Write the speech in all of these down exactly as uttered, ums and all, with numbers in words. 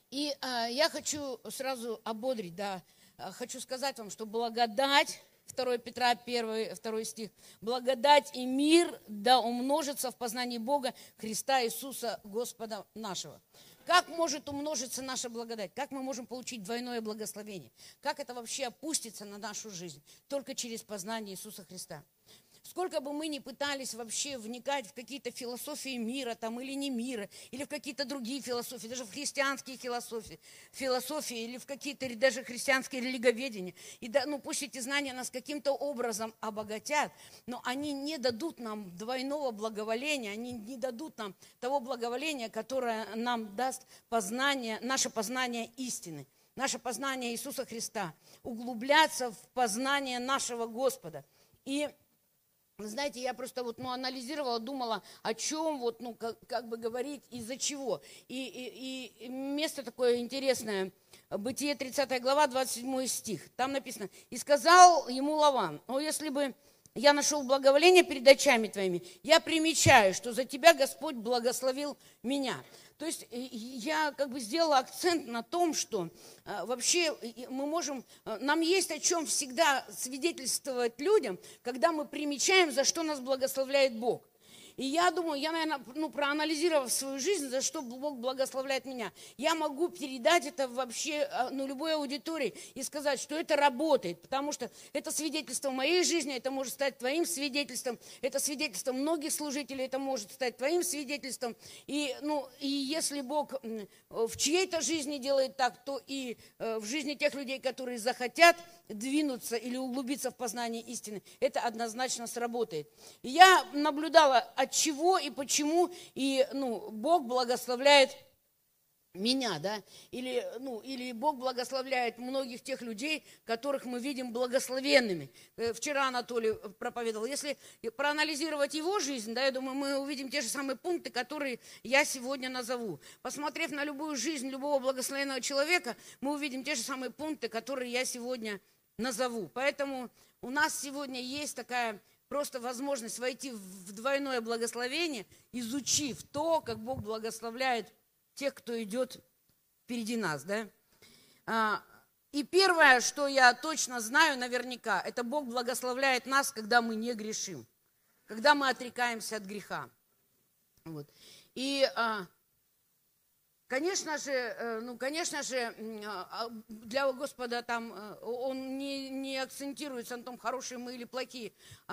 И а, я хочу сразу ободрить, да, а, хочу сказать вам, что благодать, второе Петра, первый, второй стих, благодать и мир да умножится в познании Бога, Христа Иисуса, Господа нашего. Как может умножиться наша благодать? Как мы можем получить двойное благословение? Как это вообще опустится на нашу жизнь? Только через познание Иисуса Христа. Сколько бы мы ни пытались вообще вникать в какие-то философии мира там, или не мира, или в какие-то другие философии, даже в христианские философии, философии или в какие-то даже христианские религоведения, и да, ну, пусть эти знания нас каким-то образом обогатят, но они не дадут нам двойного благоволения, они не дадут нам того благоволения, которое нам даст познание, наше познание истины, наше познание Иисуса Христа, углубляться в познание нашего Господа. И вы знаете, я просто вот, ну, анализировала, думала, о чем, вот, ну, как, как бы говорить, из-за чего. И, и, и место такое интересное, Бытие тридцатая глава, двадцать седьмой стих. Там написано: «И сказал ему Лаван: о, если бы я нашел благоволение перед очами твоими, я примечаю, что за тебя Господь благословил меня». То есть я как бы сделала акцент на том, что а, вообще мы можем, нам есть о чем всегда свидетельствовать людям, когда мы примечаем, за что нас благословляет Бог. И я думаю, я, наверное, ну, проанализировав свою жизнь, за что Бог благословляет меня, я могу передать это вообще, ну, любой аудитории и сказать, что это работает, потому что это свидетельство моей жизни, это может стать твоим свидетельством, это свидетельство многих служителей, это может стать твоим свидетельством. И, ну, и если Бог в чьей-то жизни делает так, то и в жизни тех людей, которые захотят двинуться или углубиться в познание истины, это однозначно сработает. И я наблюдала, от чего и почему и, ну, Бог благословляет меня, да, или, ну, или Бог благословляет многих тех людей, которых мы видим благословенными. Вчера Анатолий проповедовал. Если проанализировать его жизнь, да, я думаю, мы увидим те же самые пункты, которые я сегодня назову. Посмотрев на любую жизнь любого благословенного человека, мы увидим те же самые пункты, которые я сегодня назову. Поэтому у нас сегодня есть такая просто возможность войти в двойное благословение, изучив то, как Бог благословляет тех, кто идет впереди нас. Да? И первое, что я точно знаю наверняка, это Бог благословляет нас, когда мы не грешим, когда мы отрекаемся от греха. Вот. И, конечно же, ну, конечно же, для Господа там Он не, не акцентируется на том, хорошие мы или плохие,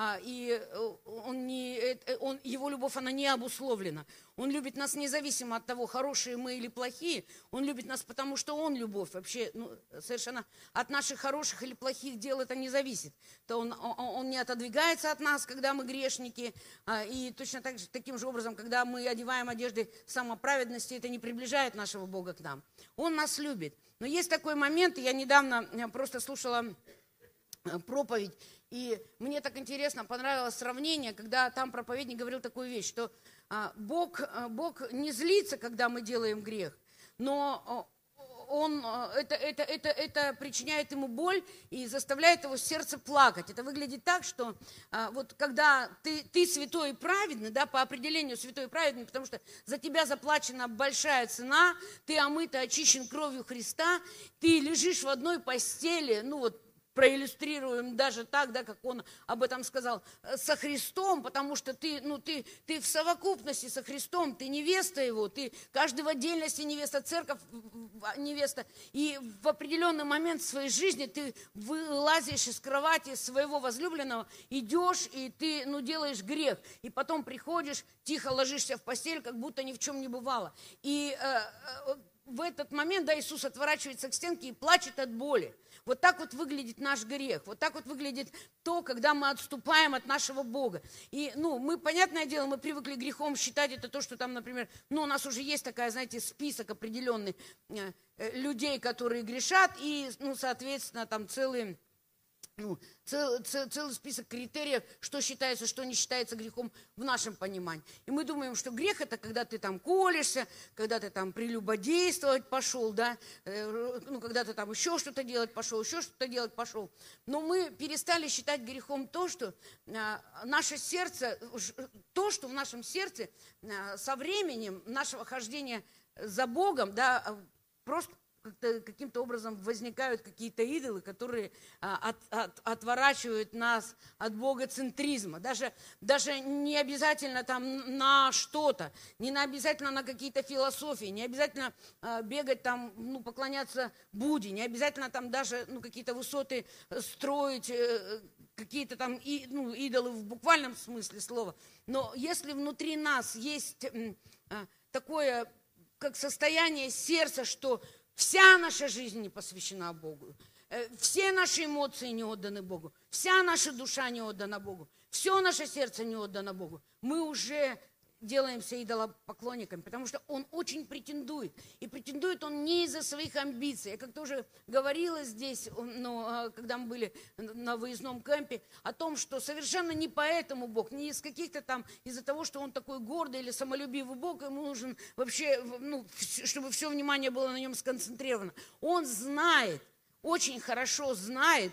и он не, он, Его любовь, она не обусловлена. Он любит нас независимо от того, хорошие мы или плохие. Он любит нас, потому что Он любовь. Вообще, ну, совершенно от наших хороших или плохих дел это не зависит. То он, он, он не отодвигается от нас, когда мы грешники. И точно так же, таким же образом, когда мы одеваем одежды самоправедности, это не приближает нашего Бога к нам. Он нас любит. Но есть такой момент, я недавно просто слушала проповедь, и мне так интересно, понравилось сравнение, когда там проповедник говорил такую вещь, что Бог, Бог не злится, когда мы делаем грех, но он, это, это, это, это причиняет ему боль и заставляет его сердце плакать. Это выглядит так, что вот когда ты, ты святой и праведный, да, по определению святой и праведный, потому что за тебя заплачена большая цена, ты омыт и очищен кровью Христа, ты лежишь в одной постели, ну вот, проиллюстрируем даже так, да, как он об этом сказал, со Христом, потому что ты, ну, ты, ты в совокупности со Христом, ты невеста Его, ты каждый в отдельности невеста, церковь невеста, и в определенный момент в своей жизни ты вылазишь из кровати своего возлюбленного, идешь, и ты, ну, делаешь грех, и потом приходишь, тихо ложишься в постель, как будто ни в чем не бывало. И э, э, в этот момент, да, Иисус отворачивается к стенке и плачет от боли. Вот так вот выглядит наш грех, вот так вот выглядит то, когда мы отступаем от нашего Бога. И, ну, мы, понятное дело, мы привыкли грехом считать это то, что там, например, ну, у нас уже есть такая, знаете, список определенный э, людей, которые грешат, и, ну, соответственно, там целые... Ну, цел, цел, целый список критериев, что считается, что не считается грехом в нашем понимании. И мы думаем, что грех – это когда ты там колешься, когда ты там прелюбодействовать пошел, да, э, ну, когда ты там еще что-то делать пошел, еще что-то делать пошел. Но мы перестали считать грехом то, что э, наше сердце, то, что в нашем сердце э, со временем нашего хождения за Богом, да, просто каким-то образом возникают какие-то идолы, которые а, от, от, отворачивают нас от богоцентризма. Даже, даже не обязательно там на что-то, не на обязательно на какие-то философии, не обязательно а, бегать там, ну, поклоняться Будде, не обязательно там даже ну, какие-то высоты строить, э, какие-то там и, ну, идолы в буквальном смысле слова. Но если внутри нас есть э, такое, как состояние сердца, что вся наша жизнь не посвящена Богу. Все наши эмоции не отданы Богу. Вся наша душа не отдана Богу. Все наше сердце не отдано Богу. Мы уже делаемся идолопоклонниками, потому что он очень претендует. И претендует он не из-за своих амбиций. Я как-то уже говорила здесь, ну, когда мы были на выездном кемпе, о том, что совершенно не поэтому Бог, не из каких-то там, из-за того, что он такой гордый или самолюбивый Бог, ему нужен вообще, ну, чтобы все внимание было на нем сконцентрировано. Он знает, очень хорошо знает,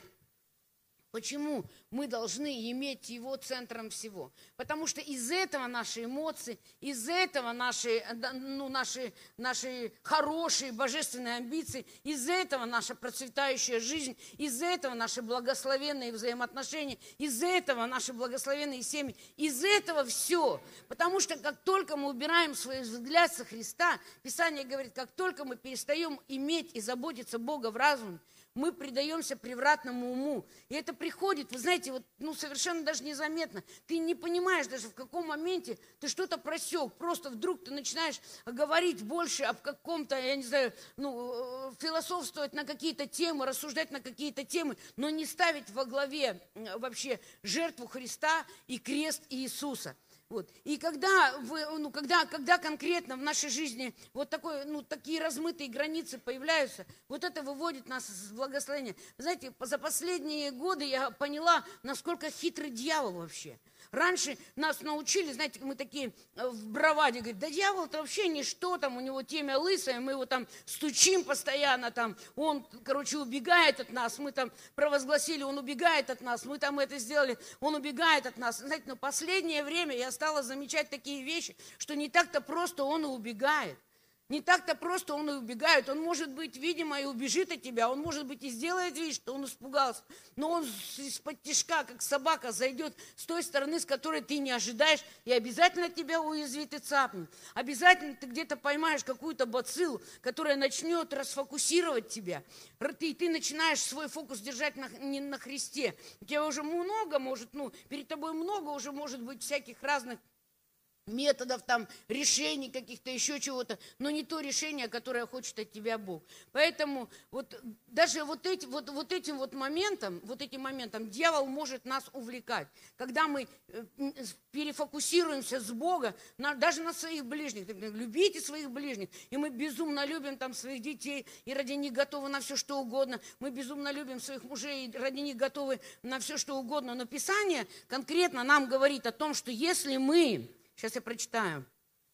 почему мы должны иметь его центром всего. Потому что из этого наши эмоции, из этого наши, ну, наши, наши хорошие божественные амбиции, из этого наша процветающая жизнь, из этого наши благословенные взаимоотношения, из этого наши благословенные семьи, из этого все. Потому что как только мы убираем свой взгляд со Христа, Писание говорит, как только мы перестаем иметь и заботиться Бога в разуме, мы предаемся превратному уму. И это приходит, вы знаете, вот, ну, совершенно даже незаметно. Ты не понимаешь даже, в каком моменте ты что-то просек. Просто вдруг ты начинаешь говорить больше об каком-то, я не знаю, ну, философствовать на какие-то темы, рассуждать на какие-то темы, но не ставить во главе вообще жертву Христа и крест Иисуса. Вот. И когда, вы, ну, когда, когда конкретно в нашей жизни вот такой, ну, такие размытые границы появляются, вот это выводит нас из благословения. Знаете, за последние годы я поняла, насколько хитрый дьявол вообще. Раньше нас научили, знаете, мы такие в браваде, говорят, да дьявол-то вообще ничто, там у него темя лысая, мы его там стучим постоянно, там, он, короче, убегает от нас, мы там провозгласили, он убегает от нас, мы там это сделали, он убегает от нас. Знаете, но последнее время я стала замечать такие вещи, что не так-то просто он и убегает. Не так-то просто он и убегает. Он может быть, видимо, и убежит от тебя. Он, может быть, и сделает вид, что он испугался. Но он из-под тишка, как собака, зайдет с той стороны, с которой ты не ожидаешь, и обязательно тебя уязвит и цапнет. Обязательно ты где-то поймаешь какую-то бациллу, которая начнет расфокусировать тебя. Ты, ты начинаешь свой фокус держать на, не на Христе. У тебя уже много может, ну, перед тобой много уже может быть всяких разных методов, там, решений каких-то, еще чего-то, но не то решение, которое хочет от тебя Бог. Поэтому вот даже вот, эти, вот, вот этим вот моментом, вот этим моментом дьявол может нас увлекать. Когда мы перефокусируемся с Бога, на, даже на своих ближних, любите своих ближних, и мы безумно любим там своих детей, и ради них готовы на все, что угодно, мы безумно любим своих мужей, и ради них готовы на все, что угодно, но Писание конкретно нам говорит о том, что если мы, сейчас я прочитаю.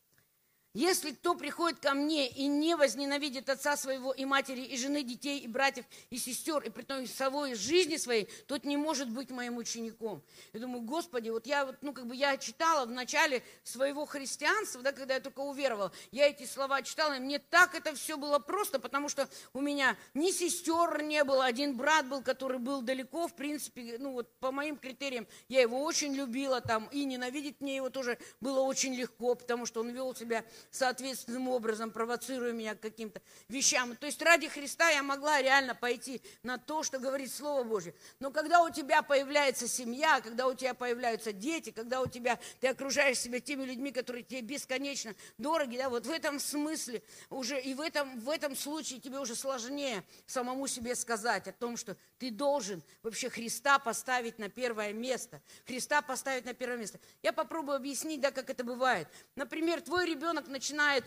«Если кто приходит ко мне и не возненавидит отца своего и матери, и жены, детей, и братьев, и сестер, и при том самой жизни своей, тот не может быть моим учеником». Я думаю, Господи, вот я, вот, ну, как бы я читала в начале своего христианства, да, когда я только уверовала, я эти слова читала, и мне так это все было просто, потому что у меня ни сестер не было, один брат был, который был далеко, в принципе, ну, вот по моим критериям, я его очень любила, там, и ненавидеть мне его тоже было очень легко, потому что он вел себя соответственным образом, провоцируя меня к каким-то вещам. То есть ради Христа я могла реально пойти на то, что говорит Слово Божье. Но когда у тебя появляется семья, когда у тебя появляются дети, когда у тебя, ты окружаешь себя теми людьми, которые тебе бесконечно дороги, да, вот в этом смысле уже, и в этом, в этом случае тебе уже сложнее самому себе сказать о том, что ты должен вообще Христа поставить на первое место. Христа поставить на первое место. Я попробую объяснить, да, как это бывает. Например, твой ребенок начинает,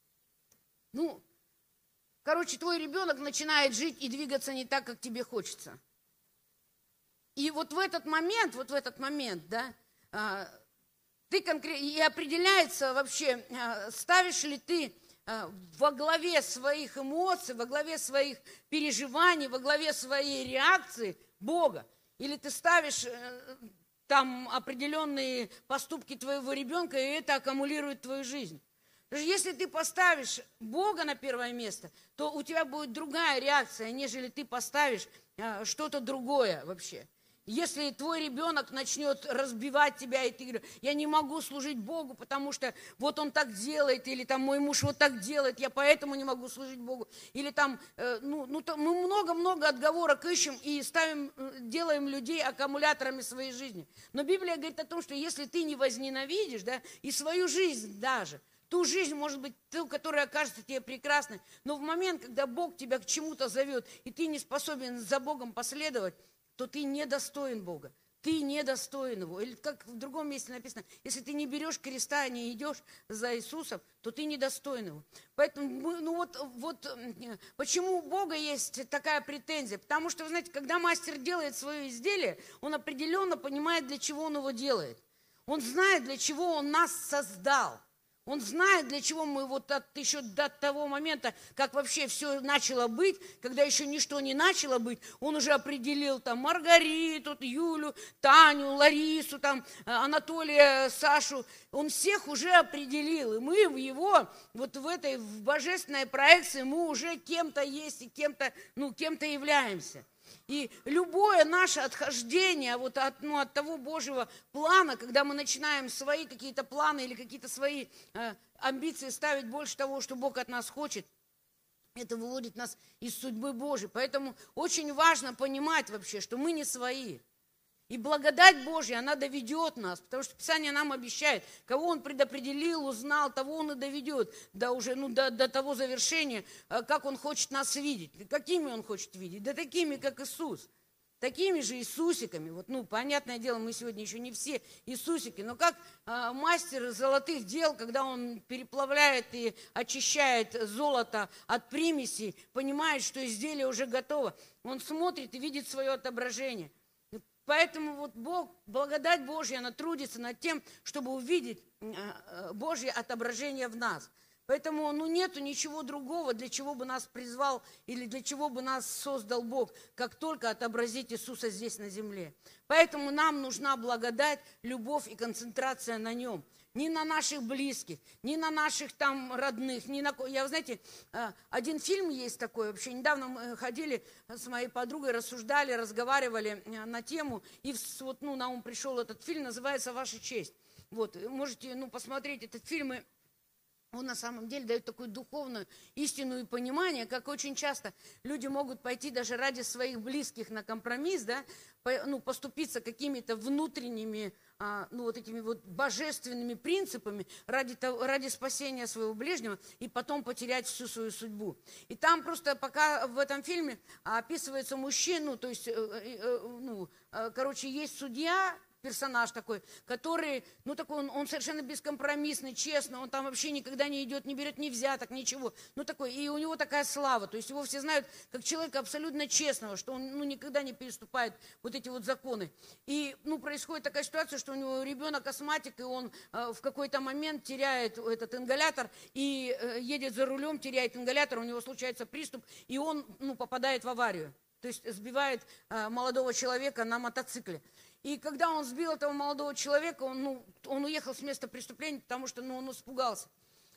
ну, короче, твой ребенок начинает жить и двигаться не так, как тебе хочется. И вот в этот момент, вот в этот момент, да, ты конкретно, и определяется вообще, ставишь ли ты во главе своих эмоций, во главе своих переживаний, во главе своей реакции Бога, или ты ставишь там определенные поступки твоего ребенка, и это аккумулирует твою жизнь. Если ты поставишь Бога на первое место, то у тебя будет другая реакция, нежели ты поставишь а, что-то другое вообще. Если твой ребенок начнет разбивать тебя, и ты говоришь, я не могу служить Богу, потому что вот он так делает, или там мой муж вот так делает, я поэтому не могу служить Богу. Или там, э, ну, ну то мы много-много отговорок ищем и ставим, делаем людей аккумуляторами своей жизни. Но Библия говорит о том, что если ты не возненавидишь, да, и свою жизнь даже, ту жизнь, может быть, ту, которая окажется тебе прекрасной, но в момент, когда Бог тебя к чему-то зовет, и ты не способен за Богом последовать, то ты недостоин Бога, ты недостоин Его. Или как в другом месте написано, если ты не берешь креста, не идешь за Иисусом, то ты недостоин Его. Поэтому, ну вот, вот почему у Бога есть такая претензия? Потому что, вы знаете, когда мастер делает свое изделие, он определенно понимает, для чего он его делает. Он знает, для чего он нас создал. Он знает, для чего мы вот от, еще до того момента, как вообще все начало быть, когда еще ничто не начало быть, он уже определил там Маргариту, Юлю, Таню, Ларису, там, Анатолия, Сашу. Он всех уже определил. И мы в его, вот в этой в божественной проекции, мы уже кем-то есть и кем-то, ну, кем-то являемся. И любое наше отхождение вот от, ну, от того Божьего плана, когда мы начинаем свои какие-то планы или какие-то свои э, амбиции ставить больше того, что Бог от нас хочет, это выводит нас из судьбы Божьей. Поэтому очень важно понимать вообще, что мы не свои. И благодать Божья, она доведет нас, потому что Писание нам обещает, кого Он предопределил, узнал, того Он и доведет до, уже, ну, до, до того завершения, как Он хочет нас видеть. Какими Он хочет видеть? Да такими, как Иисус. Такими же Иисусиками. Вот, ну, понятное дело, мы сегодня еще не все Иисусики, но как а, мастер золотых дел, когда он переплавляет и очищает золото от примесей, понимает, что изделие уже готово, он смотрит и видит свое отображение. Поэтому вот Бог, благодать Божья, она трудится над тем, чтобы увидеть Божье отображение в нас. Поэтому ну, нету ничего другого, для чего бы нас призвал или для чего бы нас создал Бог, как только отобразить Иисуса здесь на земле. Поэтому нам нужна благодать, любовь и концентрация на Нем. Ни на наших близких, ни на наших там родных, ни на... Я, вы знаете, один фильм есть такой, вообще недавно мы ходили с моей подругой, рассуждали, разговаривали на тему, и вот ну, на ум пришел этот фильм, называется «Ваша честь». Вот, можете ну, посмотреть этот фильм, и он на самом деле дает такую духовную истину и понимание, как очень часто люди могут пойти даже ради своих близких на компромисс, да, по, ну, поступиться какими-то внутренними, а, ну, вот этими вот божественными принципами ради, того, ради спасения своего ближнего и потом потерять всю свою судьбу. И там просто пока в этом фильме описывается мужчина, то есть, э, э, ну, э, короче, есть судья, персонаж такой, который, ну такой, он, он совершенно бескомпромиссный, честный, он там вообще никогда не идет, не берет ни взяток, ничего. Ну такой, и у него такая слава, то есть его все знают как человека абсолютно честного, что он ну, никогда не переступает вот эти вот законы. И ну происходит такая ситуация, что у него ребенок астматик, и он э, в какой-то момент теряет этот ингалятор, и э, едет за рулем, теряет ингалятор, у него случается приступ, и он ну, попадает в аварию. То есть сбивает э, молодого человека на мотоцикле. И когда он сбил этого молодого человека, он, ну, он уехал с места преступления, потому что ну, он испугался.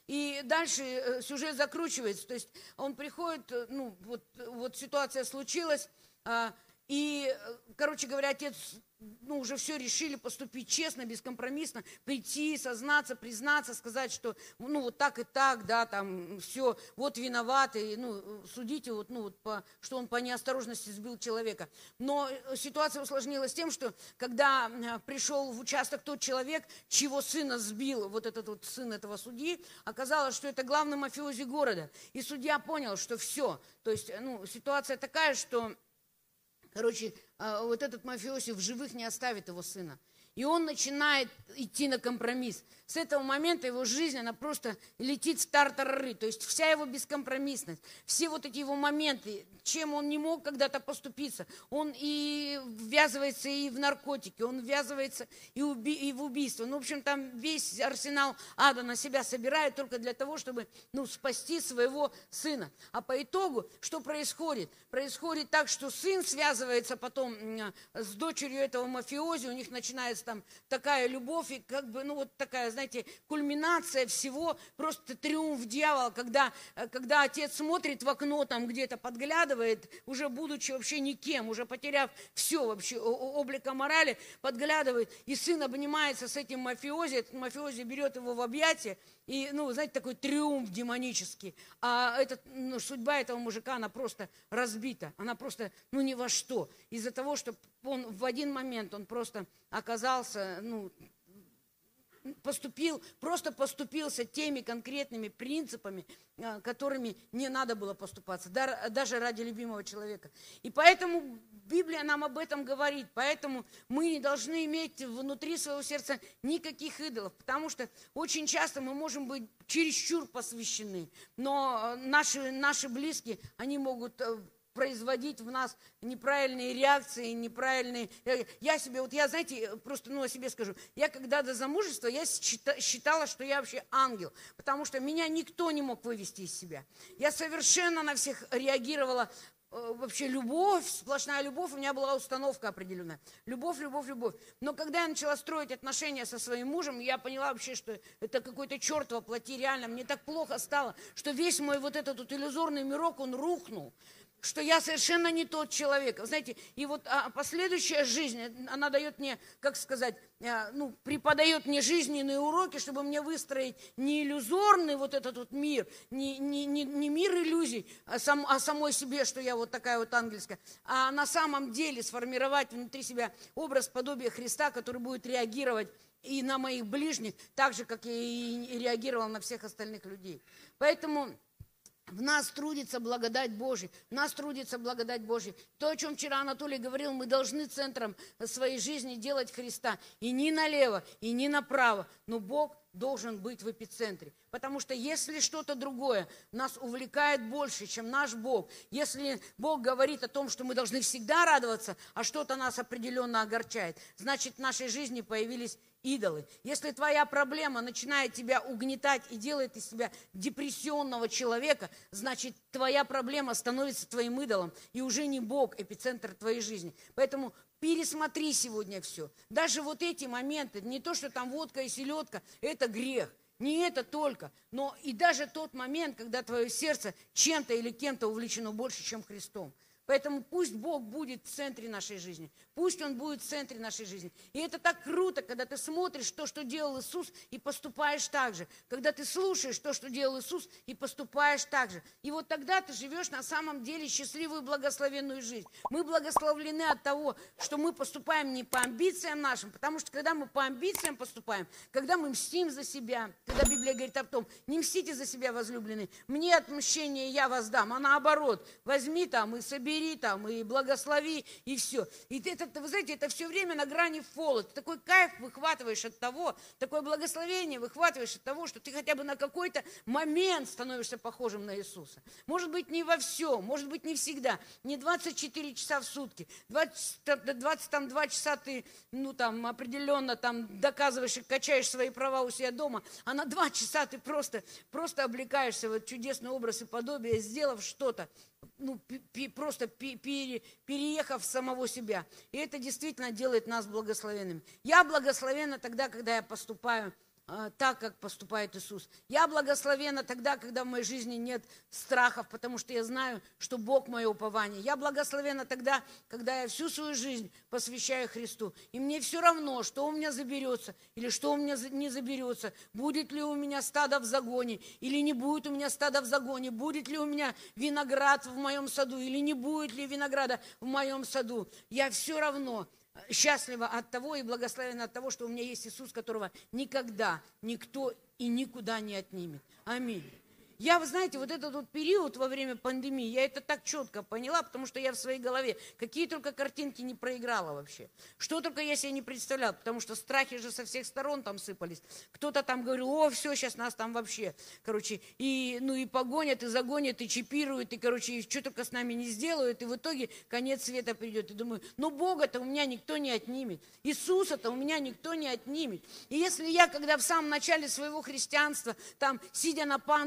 И дальше э, сюжет закручивается. То есть он приходит, э, ну, вот, вот ситуация случилась, э, и, короче говоря, отец ну, уже все решили поступить честно, бескомпромиссно, прийти, сознаться, признаться, сказать, что ну вот так и так, да, там все, вот виноваты, ну, судите, вот, ну, вот по, что он по неосторожности сбил человека. Но ситуация усложнилась тем, что когда пришел в участок тот человек, чьего сына сбил, вот этот вот сын этого судьи, оказалось, что это главный мафиози города. И судья понял, что все, то есть, ну, ситуация такая, что... Короче, вот этот мафиози в живых не оставит его сына. И он начинает идти на компромисс. С этого момента его жизнь, она просто летит в тартарары. То есть вся его бескомпромиссность, все вот эти его моменты, чем он не мог когда-то поступиться. Он и ввязывается и в наркотики, он ввязывается и, уби- и в убийство. Ну, в общем, там весь арсенал ада на себя собирает только для того, чтобы ну, спасти своего сына. А по итогу, что происходит? Происходит так, что сын связывается потом с дочерью этого мафиози, у них начинается начинается там такая любовь, и как бы, ну вот такая, знаете, кульминация всего, просто триумф дьявола, когда, когда отец смотрит в окно, там где-то подглядывает, уже будучи вообще никем, уже потеряв все вообще, облика морали, подглядывает, и сын обнимается с этим мафиози, этот мафиози берет его в объятия, и, ну, знаете, такой триумф демонический. А этот, ну, судьба этого мужика, она просто разбита. Она просто, ну, ни во что. Из-за того, что он в один момент, он просто оказался, ну, поступил, просто поступился теми конкретными принципами, которыми не надо было поступаться, даже ради любимого человека. И поэтому Библия нам об этом говорит, поэтому мы не должны иметь внутри своего сердца никаких идолов, потому что очень часто мы можем быть чересчур посвящены, но наши, наши близкие, они могут производить в нас неправильные реакции, неправильные... Я себе, вот я, знаете, просто, ну, о себе скажу. Я когда до замужества, я считала, что я вообще ангел, потому что меня никто не мог вывести из себя. Я совершенно на всех реагировала, вообще любовь, сплошная любовь, у меня была установка определенная. Любовь, любовь, любовь. Но когда я начала строить отношения со своим мужем, я поняла вообще, что это какой-то черт воплоти, реально. Мне так плохо стало, что весь мой вот этот вот иллюзорный мирок, он рухнул. Что я совершенно не тот человек. Знаете, и вот а последующая жизнь, она дает мне, как сказать, ну, преподает мне жизненные уроки, чтобы мне выстроить не иллюзорный вот этот вот мир, не, не, не, не мир иллюзий о, сам, о самой себе, что я вот такая вот ангельская, а на самом деле сформировать внутри себя образ подобия Христа, который будет реагировать и на моих ближних, так же, как я и реагировал на всех остальных людей. Поэтому... В нас трудится благодать Божья, в нас трудится благодать Божья. То, о чем вчера Анатолий говорил, мы должны центром своей жизни делать Христа. И ни налево, и ни направо, но Бог должен быть в эпицентре. Потому что если что-то другое нас увлекает больше, чем наш Бог, если Бог говорит о том, что мы должны всегда радоваться, а что-то нас определенно огорчает, значит, в нашей жизни появились идолы. Если твоя проблема начинает тебя угнетать и делает из тебя депрессионного человека, значит, твоя проблема становится твоим идолом, и уже не Бог эпицентр твоей жизни. Поэтому пересмотри сегодня все. Даже вот эти моменты, не то, что там водка и селедка, это грех. Не это только, но и даже тот момент, когда твое сердце чем-то или кем-то увлечено больше, чем Христом. Поэтому пусть Бог будет в центре нашей жизни. Пусть Он будет в центре нашей жизни. И это так круто, когда ты смотришь то, что делал Иисус, и поступаешь так же. Когда ты слушаешь то, что делал Иисус, и поступаешь так же. И вот тогда ты живешь на самом деле счастливую, благословенную жизнь. Мы благословлены от того, что мы поступаем не по амбициям нашим, потому что когда мы по амбициям поступаем, когда мы мстим за себя, когда Библия говорит о том, не мстите за себя, возлюбленные, мне отмщение я воздам, а наоборот, возьми там и собери там, и благослови, и все. И это, вы знаете, это все время на грани фола. Ты такой кайф выхватываешь от того, такое благословение выхватываешь от того, что ты хотя бы на какой-то момент становишься похожим на Иисуса. Может быть, не во всем, может быть, не всегда, не двадцать четыре часа в сутки, двадцать, двадцать два часа ты, ну, там, определенно там доказываешь и качаешь свои права у себя дома, а на два часа ты просто, просто облекаешься в этот чудесный образ и подобие, сделав что-то, ну, пи, просто пи, пи, переехав самого себя. И это действительно делает нас благословенными. Я благословенна тогда, когда я поступаю э, так, как поступает Иисус. Я благословенна тогда, когда в моей жизни нет страхов, потому что я знаю, что Бог мое упование. Я благословенна тогда, когда я всю свою жизнь посвящаю Христу. И мне все равно, что у меня заберется или что у меня не заберется. Будет ли у меня стадо в загоне или не будет у меня стада в загоне. Будет ли у меня виноград в моем саду или не будет ли винограда в моем саду. Я все равно счастлива от того и благословена от того, что у меня есть Иисус, которого никогда никто и никуда не отнимет. Аминь. Я, вы знаете, вот этот вот период во время пандемии, я это так четко поняла, потому что я в своей голове какие только картинки не проиграла вообще. Что только я себе не представляла, потому что страхи же со всех сторон там сыпались. Кто-то там говорил, о, все, сейчас нас там вообще, короче, и, ну и погонят, и загонят, и чипируют, и, короче, и что только с нами не сделают, и в итоге конец света придет. И думаю, ну Бога-то у меня никто не отнимет, Иисуса-то у меня никто не отнимет. И если я, когда в самом начале своего христианства, там, сидя на пантер,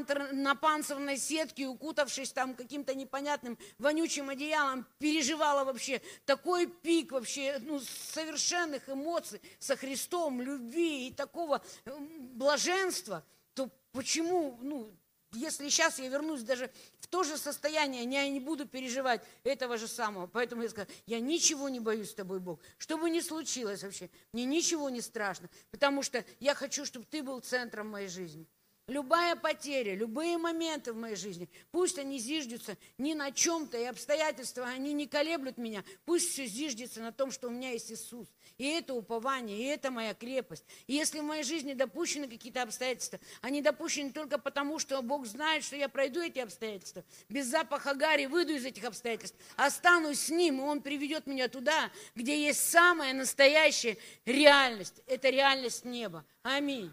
на панцирной сетке, укутавшись там каким-то непонятным вонючим одеялом, переживала вообще такой пик вообще, ну, совершенных эмоций со Христом, любви и такого блаженства, то почему, ну, если сейчас я вернусь даже в то же состояние, я не буду переживать этого же самого. Поэтому я сказала, я ничего не боюсь с тобой, Бог. Что бы ни случилось вообще, мне ничего не страшно. Потому что я хочу, чтобы ты был центром моей жизни. Любая потеря, любые моменты в моей жизни, пусть они зиждутся не на чем-то, и обстоятельства, они не колеблют меня. Пусть все зиждется на том, что у меня есть Иисус. И это упование, и это моя крепость. И если в моей жизни допущены какие-то обстоятельства, они допущены только потому, что Бог знает, что я пройду эти обстоятельства. Без запаха гари выйду из этих обстоятельств, останусь с Ним, и Он приведет меня туда, где есть самая настоящая реальность. Это реальность неба. Аминь.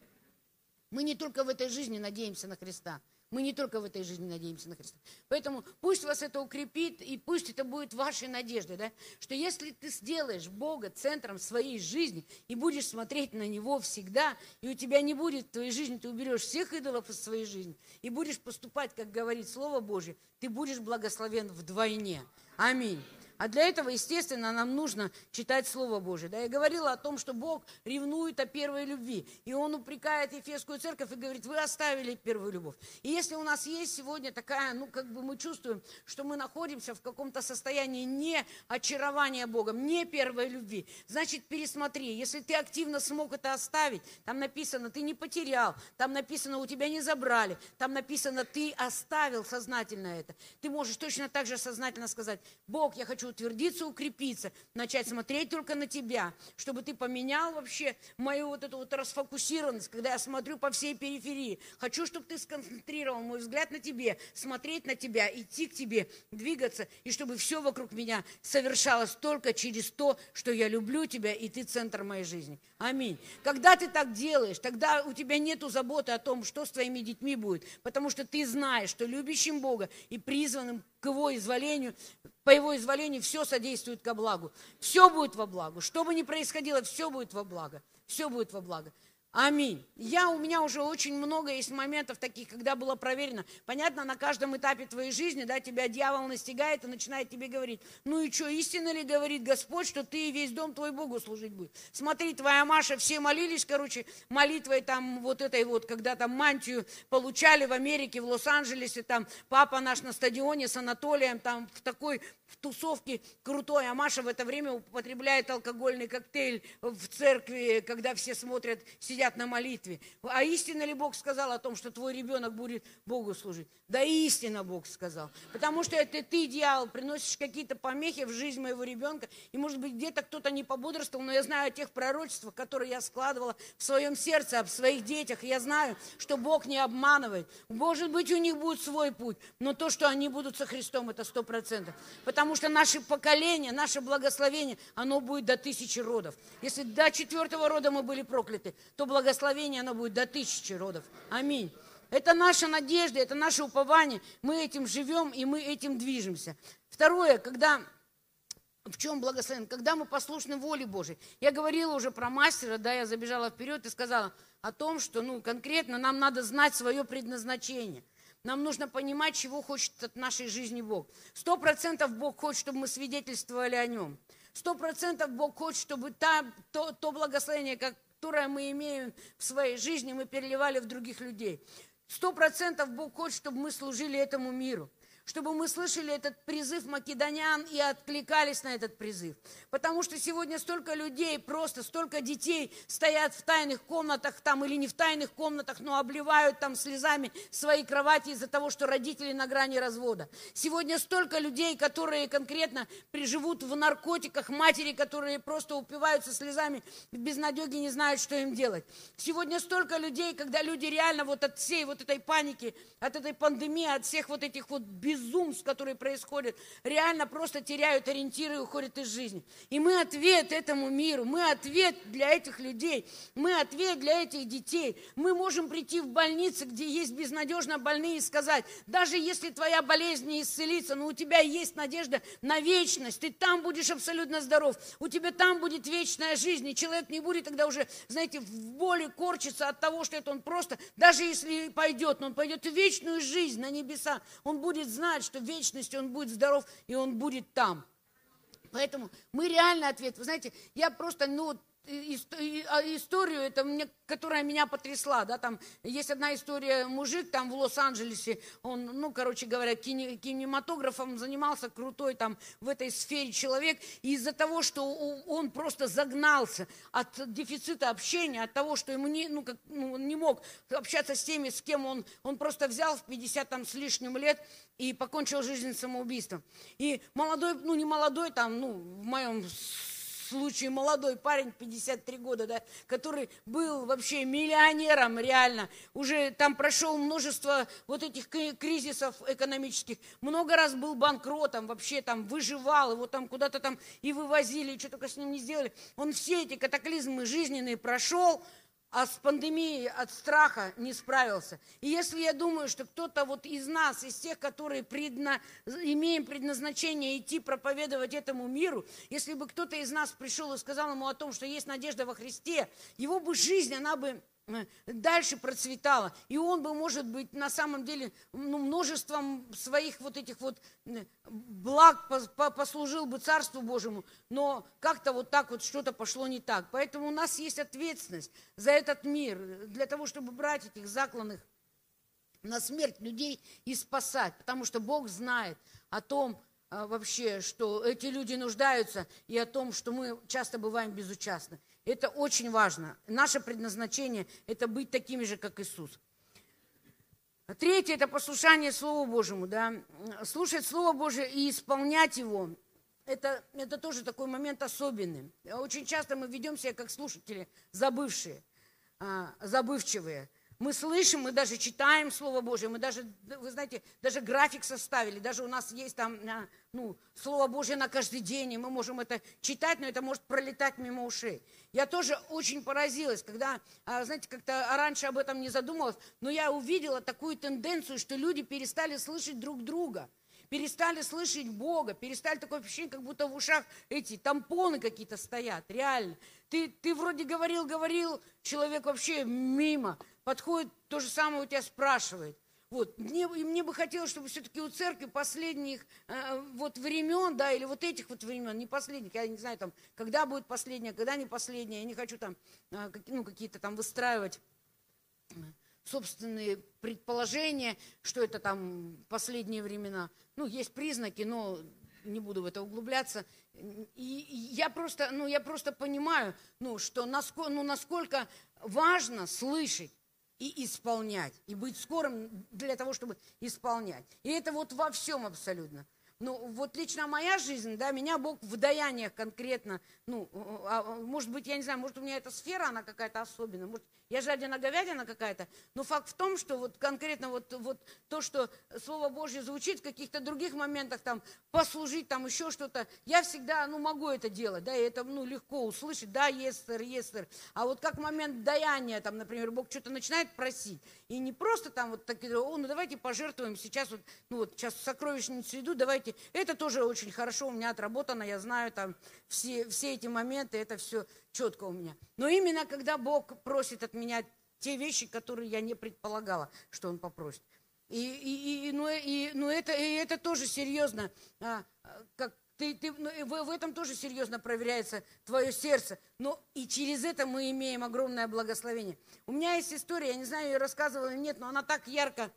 Мы не только в этой жизни надеемся на Христа. Мы не только в этой жизни надеемся на Христа. Поэтому пусть вас это укрепит, и пусть это будет вашей надеждой, да? Что если ты сделаешь Бога центром своей жизни и будешь смотреть на Него всегда, и у тебя не будет в твоей жизни, ты уберешь всех идолов из своей жизни, и будешь поступать, как говорит Слово Божье, ты будешь благословен вдвойне. Аминь. А для этого, естественно, нам нужно читать Слово Божие. Да? Я говорила о том, что Бог ревнует о первой любви. И Он упрекает Ефесскую церковь и говорит, вы оставили первую любовь. И если у нас есть сегодня такая, ну, как бы мы чувствуем, что мы находимся в каком-то состоянии не очарования Богом, не первой любви, значит, пересмотри. Если ты активно смог это оставить, там написано, ты не потерял, там написано, у тебя не забрали, там написано, ты оставил сознательно это. Ты можешь точно так же сознательно сказать, Бог, я хочу утвердиться, укрепиться, начать смотреть только на Тебя, чтобы Ты поменял вообще мою вот эту вот расфокусированность, когда я смотрю по всей периферии. Хочу, чтобы Ты сконцентрировал мой взгляд на Тебе, смотреть на Тебя, идти к Тебе, двигаться, и чтобы все вокруг меня совершалось только через то, что я люблю Тебя, и Ты центр моей жизни. Аминь. Когда ты так делаешь, тогда у тебя нету заботы о том, что с твоими детьми будет, потому что ты знаешь, что любящим Бога и призванным к Его изволению, по Его изволению все содействует ко благу. Все будет во благо. Что бы ни происходило, все будет во благо. Все будет во благо. Аминь. Я, у меня уже очень много есть моментов таких, когда было проверено. Понятно, на каждом этапе твоей жизни, да, тебя дьявол настигает и начинает тебе говорить, ну и что, истинно ли говорит Господь, что ты и весь дом твой Богу служить будет? Смотри, твоя Маша, все молились, короче, молитвой там вот этой вот, когда там мантию получали в Америке, в Лос-Анджелесе, там папа наш на стадионе с Анатолием, там в такой в тусовке крутой, а Маша в это время употребляет алкогольный коктейль в церкви, когда все смотрят, сидят на молитве. А истинно ли Бог сказал о том, что твой ребенок будет Богу служить? Да истинно Бог сказал. Потому что это ты, дьявол, приносишь какие-то помехи в жизнь моего ребенка, и, может быть, где-то кто-то не пободрствовал, но я знаю о тех пророчествах, которые я складывала в своем сердце, об своих детях, и я знаю, что Бог не обманывает. Может быть, у них будет свой путь, но то, что они будут со Христом, это сто процентов. Потому что наше поколение, наше благословение, оно будет до тысячи родов. Если до четвертого рода мы были прокляты, то благословение, оно будет до тысячи родов. Аминь. Это наша надежда, это наше упование. Мы этим живем, и мы этим движемся. Второе, когда... В чем благословение? Когда мы послушны воле Божией. Я говорила уже про мастера, да, я забежала вперед и сказала о том, что, ну, конкретно нам надо знать свое предназначение. Нам нужно понимать, чего хочет от нашей жизни Бог. Сто процентов Бог хочет, чтобы мы свидетельствовали о Нем. Сто процентов Бог хочет, чтобы та, то, то благословение, которое мы имеем в своей жизни, мы переливали в других людей. Сто процентов Бог хочет, чтобы мы служили этому миру. Чтобы мы слышали этот призыв македонян и откликались на этот призыв. Потому что сегодня столько людей, просто столько детей стоят в тайных комнатах там или не в тайных комнатах, но обливают там слезами свои кровати из-за того, что родители на грани развода. Сегодня столько людей, которые конкретно живут в наркотиках, матери, которые просто упиваются слезами в безнадеге, не знают, что им делать. Сегодня столько людей, когда люди реально вот от всей вот этой паники, от этой пандемии, от всех вот этих вот безумных безумств, которые происходят, реально просто теряют ориентиры и уходят из жизни. И мы ответ этому миру, мы ответ для этих людей, мы ответ для этих детей. Мы можем прийти в больницы, где есть безнадежно больные, и сказать, даже если твоя болезнь не исцелится, но у тебя есть надежда на вечность, ты там будешь абсолютно здоров, у тебя там будет вечная жизнь, и человек не будет тогда уже, знаете, в боли корчиться от того, что это он просто, даже если пойдет, но он пойдет в вечную жизнь на небеса, он будет знать, что в вечности он будет здоров, и он будет там. Поэтому мы реально ответ. Вы знаете, я просто, ну, историю, это мне, которая меня потрясла, да, там есть одна история, мужик там в Лос-Анджелесе, он, ну, короче говоря, кинематографом занимался, крутой там в этой сфере человек, и из-за того, что он просто загнался от дефицита общения, от того, что ему не, ну, как, ну, он не мог общаться с теми, с кем он, он просто взял в пятьдесят там с лишним лет и покончил жизнь самоубийством. И молодой, ну, не молодой там, ну, в моем случае молодой парень, пятьдесят три года, да, который был вообще миллионером реально, уже там прошел множество вот этих кризисов экономических, много раз был банкротом, вообще там выживал, его там куда-то там и вывозили, и что только с ним не сделали. Он все эти катаклизмы жизненные прошел, а с пандемией от страха не справился. И если я думаю, что кто-то вот из нас, из тех, которые предна... имеем предназначение идти проповедовать этому миру, если бы кто-то из нас пришел и сказал ему о том, что есть надежда во Христе, его бы жизнь, она бы дальше процветала. И он бы, может быть, на самом деле, ну, множеством своих вот этих вот благ послужил бы Царству Божьему, но как-то вот так вот что-то пошло не так. Поэтому у нас есть ответственность за этот мир, для того, чтобы брать этих закланных на смерть людей и спасать. Потому что Бог знает о том, вообще, что эти люди нуждаются, и о том, что мы часто бываем безучастны. Это очень важно. Наше предназначение – это быть такими же, как Иисус. Третье – это послушание Слову Божьему. Да? Слушать Слово Божие и исполнять его – это, это тоже такой момент особенный. Очень часто мы ведем себя как слушатели, забывшие, забывчивые. Мы слышим, мы даже читаем Слово Божие, мы даже, вы знаете, даже график составили, даже у нас есть там, ну, Слово Божие на каждый день, и мы можем это читать, но это может пролетать мимо ушей. Я тоже очень поразилась, когда, знаете, как-то раньше об этом не задумывалась, но я увидела такую тенденцию, что люди перестали слышать друг друга, перестали слышать Бога, перестали такое ощущение, как будто в ушах эти тампоны какие-то стоят, реально. Ты, ты вроде говорил, говорил, человек вообще мимо, подходит, то же самое у тебя спрашивает. Вот. Мне, и мне бы хотелось, чтобы все-таки у церкви последних э, вот времен, да, или вот этих вот времен, не последних, я не знаю, там, когда будет последняя, когда не последняя, я не хочу там, э, как, ну, какие-то там выстраивать собственные предположения, что это там последние времена. Ну, есть признаки, но не буду в это углубляться. И, и я просто, ну, я просто понимаю, ну, что насколько, ну, насколько важно слышать и исполнять, и быть скорым для того, чтобы исполнять. И это вот во всем абсолютно. Ну, вот лично моя жизнь, да, меня Бог в даяниях конкретно, ну, а, может быть, я не знаю, может, у меня эта сфера, она какая-то особенная, может, я жадина-говядина какая-то, но факт в том, что вот конкретно вот, вот то, что Слово Божье звучит в каких-то других моментах, там, послужить, там, еще что-то, я всегда, ну, могу это делать, да, и это, ну, легко услышать, да, естер, естер, а вот как момент даяния, там, например, Бог что-то начинает просить, и не просто там вот такие, о, ну, давайте пожертвуем сейчас, вот, ну, вот, сейчас в сокровищницу иду, давайте, это тоже очень хорошо у меня отработано, я знаю там все, все эти моменты, это все четко у меня. Но именно когда Бог просит от меня те вещи, которые я не предполагала, что Он попросит. И, и, и, ну, и, ну, это, и это тоже серьезно, а, как ты, ты, ну, в, в этом тоже серьезно проверяется твое сердце. Но и через это мы имеем огромное благословение. У меня есть история, я не знаю, ее рассказывала или нет, но она так ярко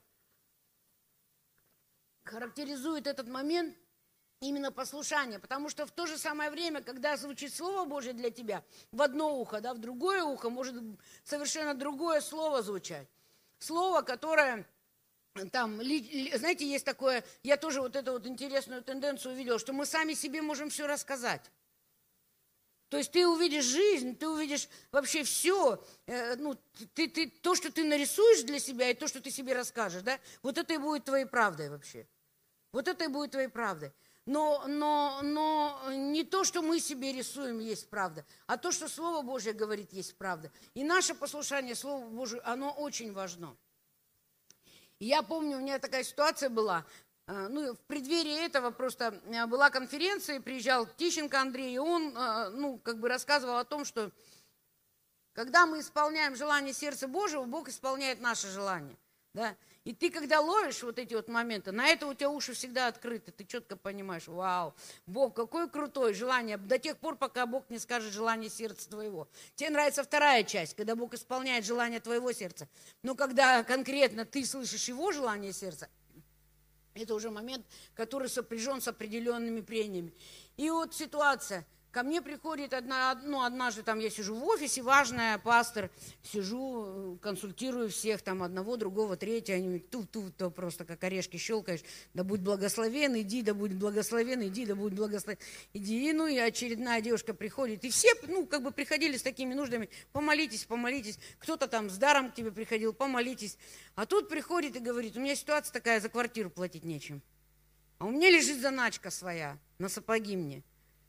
характеризует этот момент именно послушание, потому что в то же самое время, когда звучит Слово Божье для тебя в одно ухо, да, в другое ухо может совершенно другое слово звучать. Слово, которое там, знаете, есть такое, я тоже вот эту вот интересную тенденцию увидела, что мы сами себе можем все рассказать. То есть ты увидишь жизнь, ты увидишь вообще все, э, ну, ты, ты, то, что ты нарисуешь для себя, и то, что ты себе расскажешь, да, вот это и будет твоей правдой вообще. Вот это и будет твоей правдой. Но, но, но не то, что мы себе рисуем, есть правда, а то, что Слово Божье говорит, есть правда. И наше послушание Слову Божию, оно очень важно. И я помню, у меня такая ситуация была, ну, в преддверии этого просто была конференция, приезжал Тищенко Андрей, и он, ну, как бы рассказывал о том, что когда мы исполняем желание сердца Божьего, Бог исполняет наше желание, да. И ты, когда ловишь вот эти вот моменты, на это у тебя уши всегда открыты, ты четко понимаешь, вау, Бог, какой крутой желание, до тех пор, пока Бог не скажет желание сердца твоего. Тебе нравится вторая часть, когда Бог исполняет желание твоего сердца. Но когда конкретно ты слышишь Его желание сердца, это уже момент, который сопряжен с определенными прениями. И вот ситуация. Ко мне приходит одна, ну, однажды, там я сижу в офисе, важная, пастор, сижу, консультирую всех, там, одного, другого, третьего, они ту-ту-то просто как орешки щелкаешь, да будь благословен, иди, да будь благословен, иди, да будь благословен, иди. И, ну, и очередная девушка приходит, и все, ну, как бы приходили с такими нуждами, помолитесь, помолитесь, кто-то там с даром к тебе приходил, помолитесь. А тут приходит и говорит, у меня ситуация такая, за квартиру платить нечем, а у меня лежит заначка своя, на сапоги мне.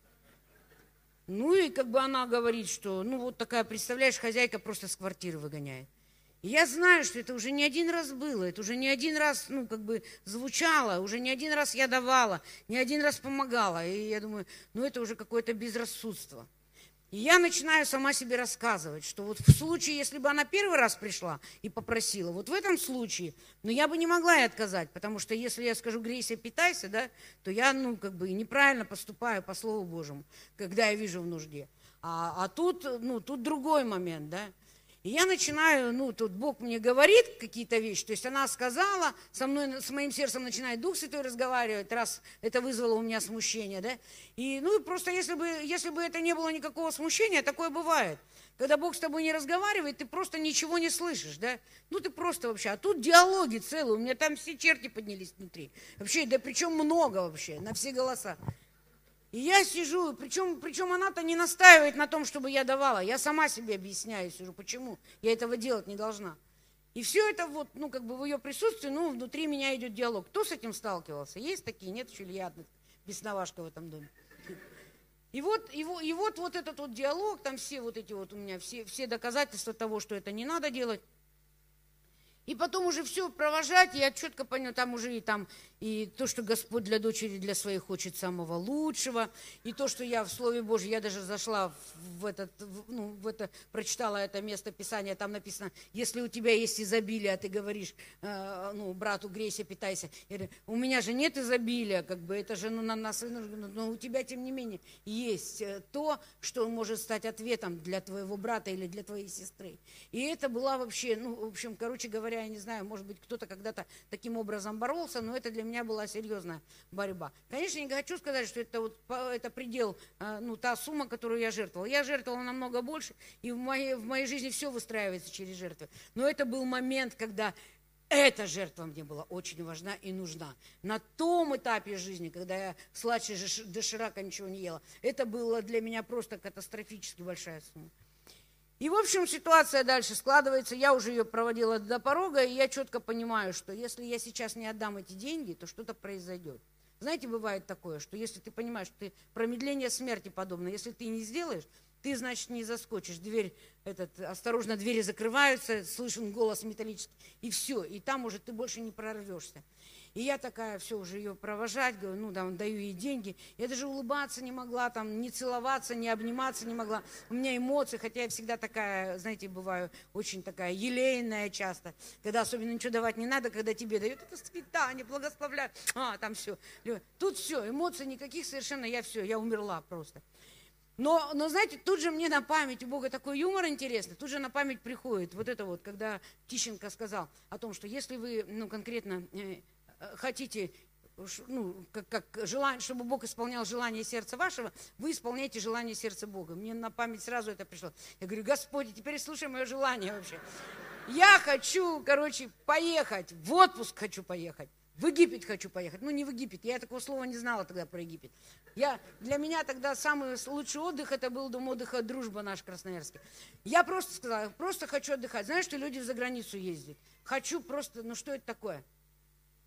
Ну и как бы она говорит, что, ну вот такая, представляешь, хозяйка просто с квартиры выгоняет. И я знаю, что это уже не один раз было, это уже не один раз, ну как бы звучало, уже не один раз я давала, не один раз помогала. И я думаю, ну это уже какое-то безрассудство. И я начинаю сама себе рассказывать, что вот в случае, если бы она первый раз пришла и попросила, вот в этом случае, ну я бы не могла ей отказать, потому что если я скажу «грейся, питайся», да, то я, ну, как бы неправильно поступаю по Слову Божьему, когда я вижу в нужде. А, а тут, ну, тут другой момент, да. И я начинаю, ну, тут Бог мне говорит какие-то вещи, то есть она сказала, со мной, с моим сердцем начинает Дух Святой разговаривать, раз это вызвало у меня смущение, да. И, ну, просто если бы, если бы это не было никакого смущения, такое бывает. Когда Бог с тобой не разговаривает, ты просто ничего не слышишь, да. Ну, ты просто вообще, а тут диалоги целые, у меня там все черти поднялись внутри. Вообще, да причем много вообще, на все голоса. И я сижу, причем, причем она-то не настаивает на том, чтобы я давала. Я сама себе объясняю, сижу, почему я этого делать не должна. И все это вот, ну, как бы в ее присутствии, ну, внутри меня идет диалог. Кто с этим сталкивался? Есть такие? Нет, еще ли я одна бесновашка в этом доме? И вот, и, вот, и вот, вот этот вот диалог, там все вот эти вот у меня, все, все доказательства того, что это не надо делать. И потом уже все провожать, я четко поняла, там уже и, там, и то, что Господь для дочери, для своих хочет самого лучшего, и то, что я в Слове Божьем, я даже зашла в, этот, в, ну, в это, прочитала это место Писания, там написано, если у тебя есть изобилие, а ты говоришь, э, ну, брату, грейся, питайся. Я говорю, у меня же нет изобилия, как бы, это же ну, на нас, но у тебя, тем не менее, есть то, что может стать ответом для твоего брата или для твоей сестры. И это была вообще, ну, в общем, короче говоря, я не знаю, может быть, кто-то когда-то таким образом боролся, но это для меня была серьезная борьба. Конечно, не хочу сказать, что это, вот, это предел, ну, та сумма, которую я жертвовала. Я жертвовала намного больше, и в моей, в моей жизни все выстраивается через жертвы. Но это был момент, когда эта жертва мне была очень важна и нужна. На том этапе жизни, когда я сладче доширака ничего не ела, это было для меня просто катастрофически большая сумма. И, в общем, ситуация дальше складывается, я уже ее проводила до порога, и я четко понимаю, что если я сейчас не отдам эти деньги, то что-то произойдет. Знаете, бывает такое, что если ты понимаешь, что ты промедление смерти подобно, если ты не сделаешь, ты, значит, не заскочишь. Дверь, этот, осторожно, двери закрываются, слышен голос металлический, и все, и там уже ты больше не прорвешься. И я такая, все, уже ее провожать, говорю, ну, да, даю ей деньги. Я даже улыбаться не могла, там, не целоваться, не обниматься не могла. У меня эмоции, хотя я всегда такая, знаете, бываю очень такая елейная часто, когда особенно ничего давать не надо, когда тебе дают, это свидание, благословляют, а, там все. Тут все, эмоций никаких совершенно, я все, я умерла просто. Но, но, знаете, тут же мне на память, у Бога такой юмор интересный, тут же на память приходит вот это вот, когда Тищенко сказал о том, что если вы, ну, конкретно э, хотите, ну, как, как желание, чтобы Бог исполнял желание сердца вашего, вы исполняете желание сердца Бога. Мне на память сразу это пришло. Я говорю, Господи, теперь слушай мое желание вообще. Я хочу, короче, поехать, в отпуск хочу поехать. В Египет хочу поехать. Ну, не в Египет. Я такого слова не знала тогда про Египет. Я, для меня тогда самый лучший отдых, это был дом отдыха «Дружба» наш красноярский. Я просто сказала, просто хочу отдыхать. Знаешь, что люди за границу ездят? Хочу просто, ну что это такое?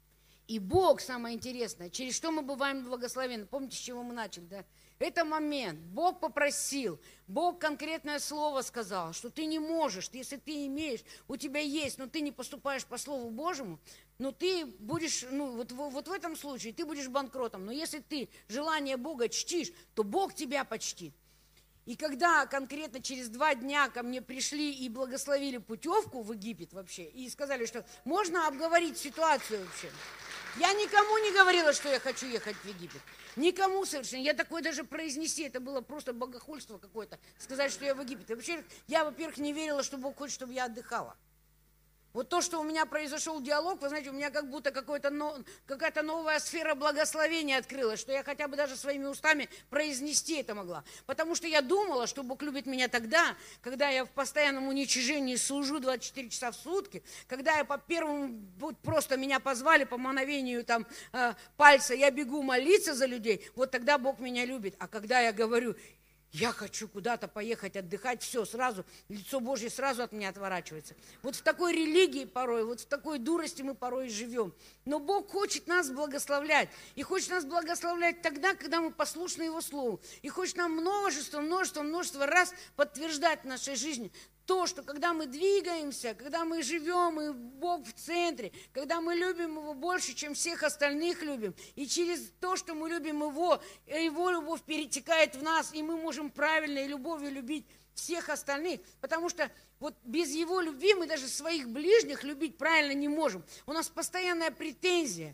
И Бог, самое интересное, через что мы бываем благословенны. Помните, с чего мы начали, да? Это момент. Бог попросил, Бог конкретное слово сказал, что ты не можешь, если ты имеешь, у тебя есть, но ты не поступаешь по Слову Божьему, но ты будешь, ну вот, вот в этом случае ты будешь банкротом. Но если ты желание Бога чтишь, то Бог тебя почтит. И когда конкретно через два дня ко мне пришли и благословили путевку в Египет вообще, и сказали, что можно обговорить ситуацию вообще. Я никому не говорила, что я хочу ехать в Египет. Никому совершенно. Я такое даже произнести, это было просто богохульство какое-то, сказать, что я в Египет. И вообще, я, во-первых, не верила, что Бог хочет, чтобы я отдыхала. Вот то, что у меня произошел диалог, вы знаете, у меня как будто какой-то, какая-то новая сфера благословения открылась, что я хотя бы даже своими устами произнести это могла. Потому что я думала, что Бог любит меня тогда, когда я в постоянном уничижении служу двадцать четыре часа в сутки, когда я по первому, вот просто меня позвали по мановению там, э, пальца, я бегу молиться за людей, вот тогда Бог меня любит. А когда я говорю... Я хочу куда-то поехать отдыхать, все, сразу, лицо Божье сразу от меня отворачивается. Вот в такой религии порой, вот в такой дурости мы порой живем. Но Бог хочет нас благословлять. И хочет нас благословлять тогда, когда мы послушны Его Слову. И хочет нам множество, множество, множество раз подтверждать в нашей жизни то, что когда мы двигаемся, когда мы живем, и Бог в центре, когда мы любим Его больше, чем всех остальных любим, и через то, что мы любим Его, Его любовь перетекает в нас, и мы можем правильной любовью любить всех остальных, потому что вот без Его любви мы даже своих ближних любить правильно не можем. У нас постоянная претензия.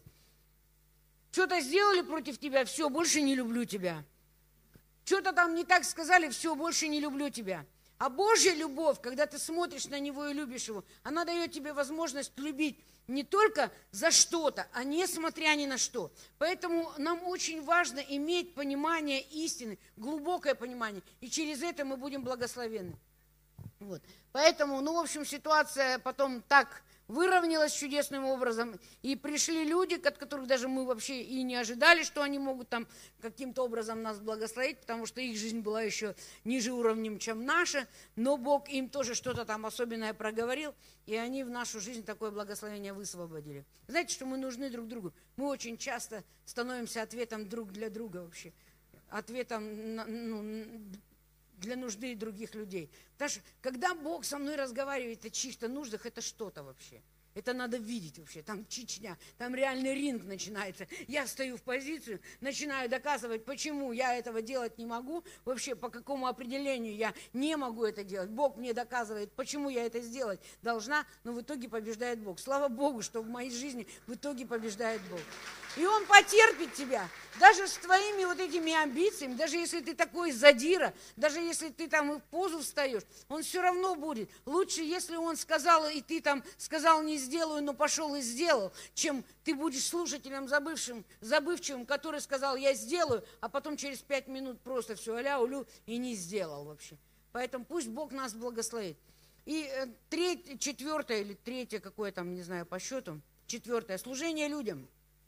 Что-то сделали против тебя, все, больше не люблю тебя. Что-то там не так сказали, все, больше не люблю тебя. А Божья любовь, когда ты смотришь на Него и любишь Его, она дает тебе возможность любить не только за что-то, а не смотря ни на что. Поэтому нам очень важно иметь понимание истины, глубокое понимание, и через это мы будем благословенны. Вот. Поэтому, ну, в общем, ситуация потом так выровнялась чудесным образом, и пришли люди, от которых даже мы вообще и не ожидали, что они могут там каким-то образом нас благословить, потому что их жизнь была еще ниже уровнем, чем наша, но Бог им тоже что-то там особенное проговорил, и они в нашу жизнь такое благословение высвободили. Знаете, что мы нужны друг другу? Мы очень часто становимся ответом друг для друга вообще, ответом на, ну, для нужды других людей. Потому что, когда Бог со мной разговаривает о чьих-то нуждах, это что-то вообще. Это надо видеть вообще. Там Чечня, там реальный ринг начинается. Я встаю в позицию, начинаю доказывать, почему я этого делать не могу, вообще по какому определению я не могу это делать. Бог мне доказывает, почему я это сделать должна, но в итоге побеждает Бог. Слава Богу, что в моей жизни в итоге побеждает Бог. И Он потерпит тебя, даже с твоими вот этими амбициями, даже если ты такой задира, даже если ты там и в позу встаешь, Он все равно будет. Лучше, если Он сказал, и ты там сказал не сделаю, но пошел и сделал, чем ты будешь слушателем забывшим, забывчивым, который сказал я сделаю, а потом через пять минут просто все аля-улю и не сделал вообще. Поэтому пусть Бог нас благословит. И третье, четвертое или третье, какое там, не знаю, по счету, четвертое, служение людям.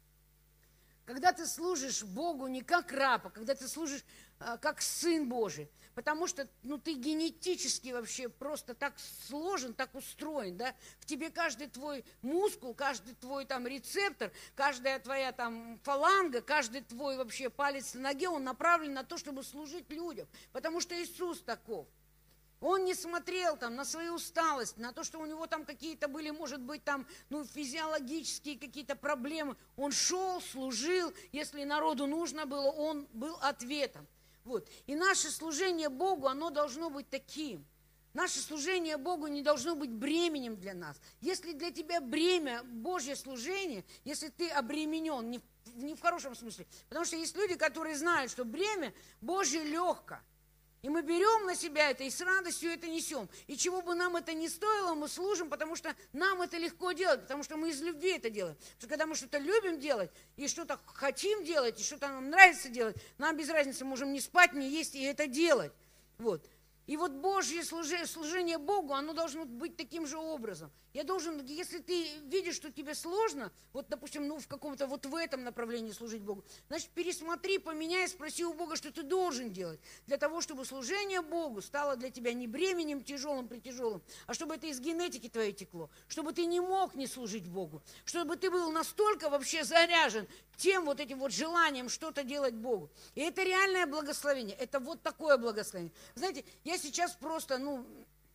Когда ты служишь Богу не как раб, а когда ты служишь а, как Сын Божий, потому что ну, ты генетически вообще просто так сложен, так устроен, да? В тебе каждый твой мускул, каждый твой там рецептор, каждая твоя там фаланга, каждый твой вообще палец на ноге, он направлен на то, чтобы служить людям, потому что Иисус таков. Он не смотрел там на свою усталость, на то, что у него там какие-то были, может быть, там, ну, физиологические какие-то проблемы. Он шел, служил, если народу нужно было, он был ответом. Вот. И наше служение Богу, оно должно быть таким. Наше служение Богу не должно быть бременем для нас. Если для тебя бремя Божье служение, если ты обременен, не в, не в хорошем смысле, потому что есть люди, которые знают, что бремя Божье легко. И мы берем на себя это и с радостью это несем. И чего бы нам это ни стоило, мы служим, потому что нам это легко делать, потому что мы из любви это делаем. Потому что когда мы что-то любим делать, и что-то хотим делать, и что-то нам нравится делать, нам без разницы, можем не спать, не есть и это делать. Вот. И вот Божье служение, служение Богу, оно должно быть таким же образом. Я должен, если ты видишь, что тебе сложно, вот, допустим, ну, в каком-то вот в этом направлении служить Богу, значит, пересмотри, поменяй, спроси у Бога, что ты должен делать, для того, чтобы служение Богу стало для тебя не бременем тяжелым, притяжелым, а чтобы это из генетики твоей текло, чтобы ты не мог не служить Богу, чтобы ты был настолько вообще заряжен тем вот этим вот желанием что-то делать Богу. И это реальное благословение, это вот такое благословение. Знаете, я сейчас просто, ну,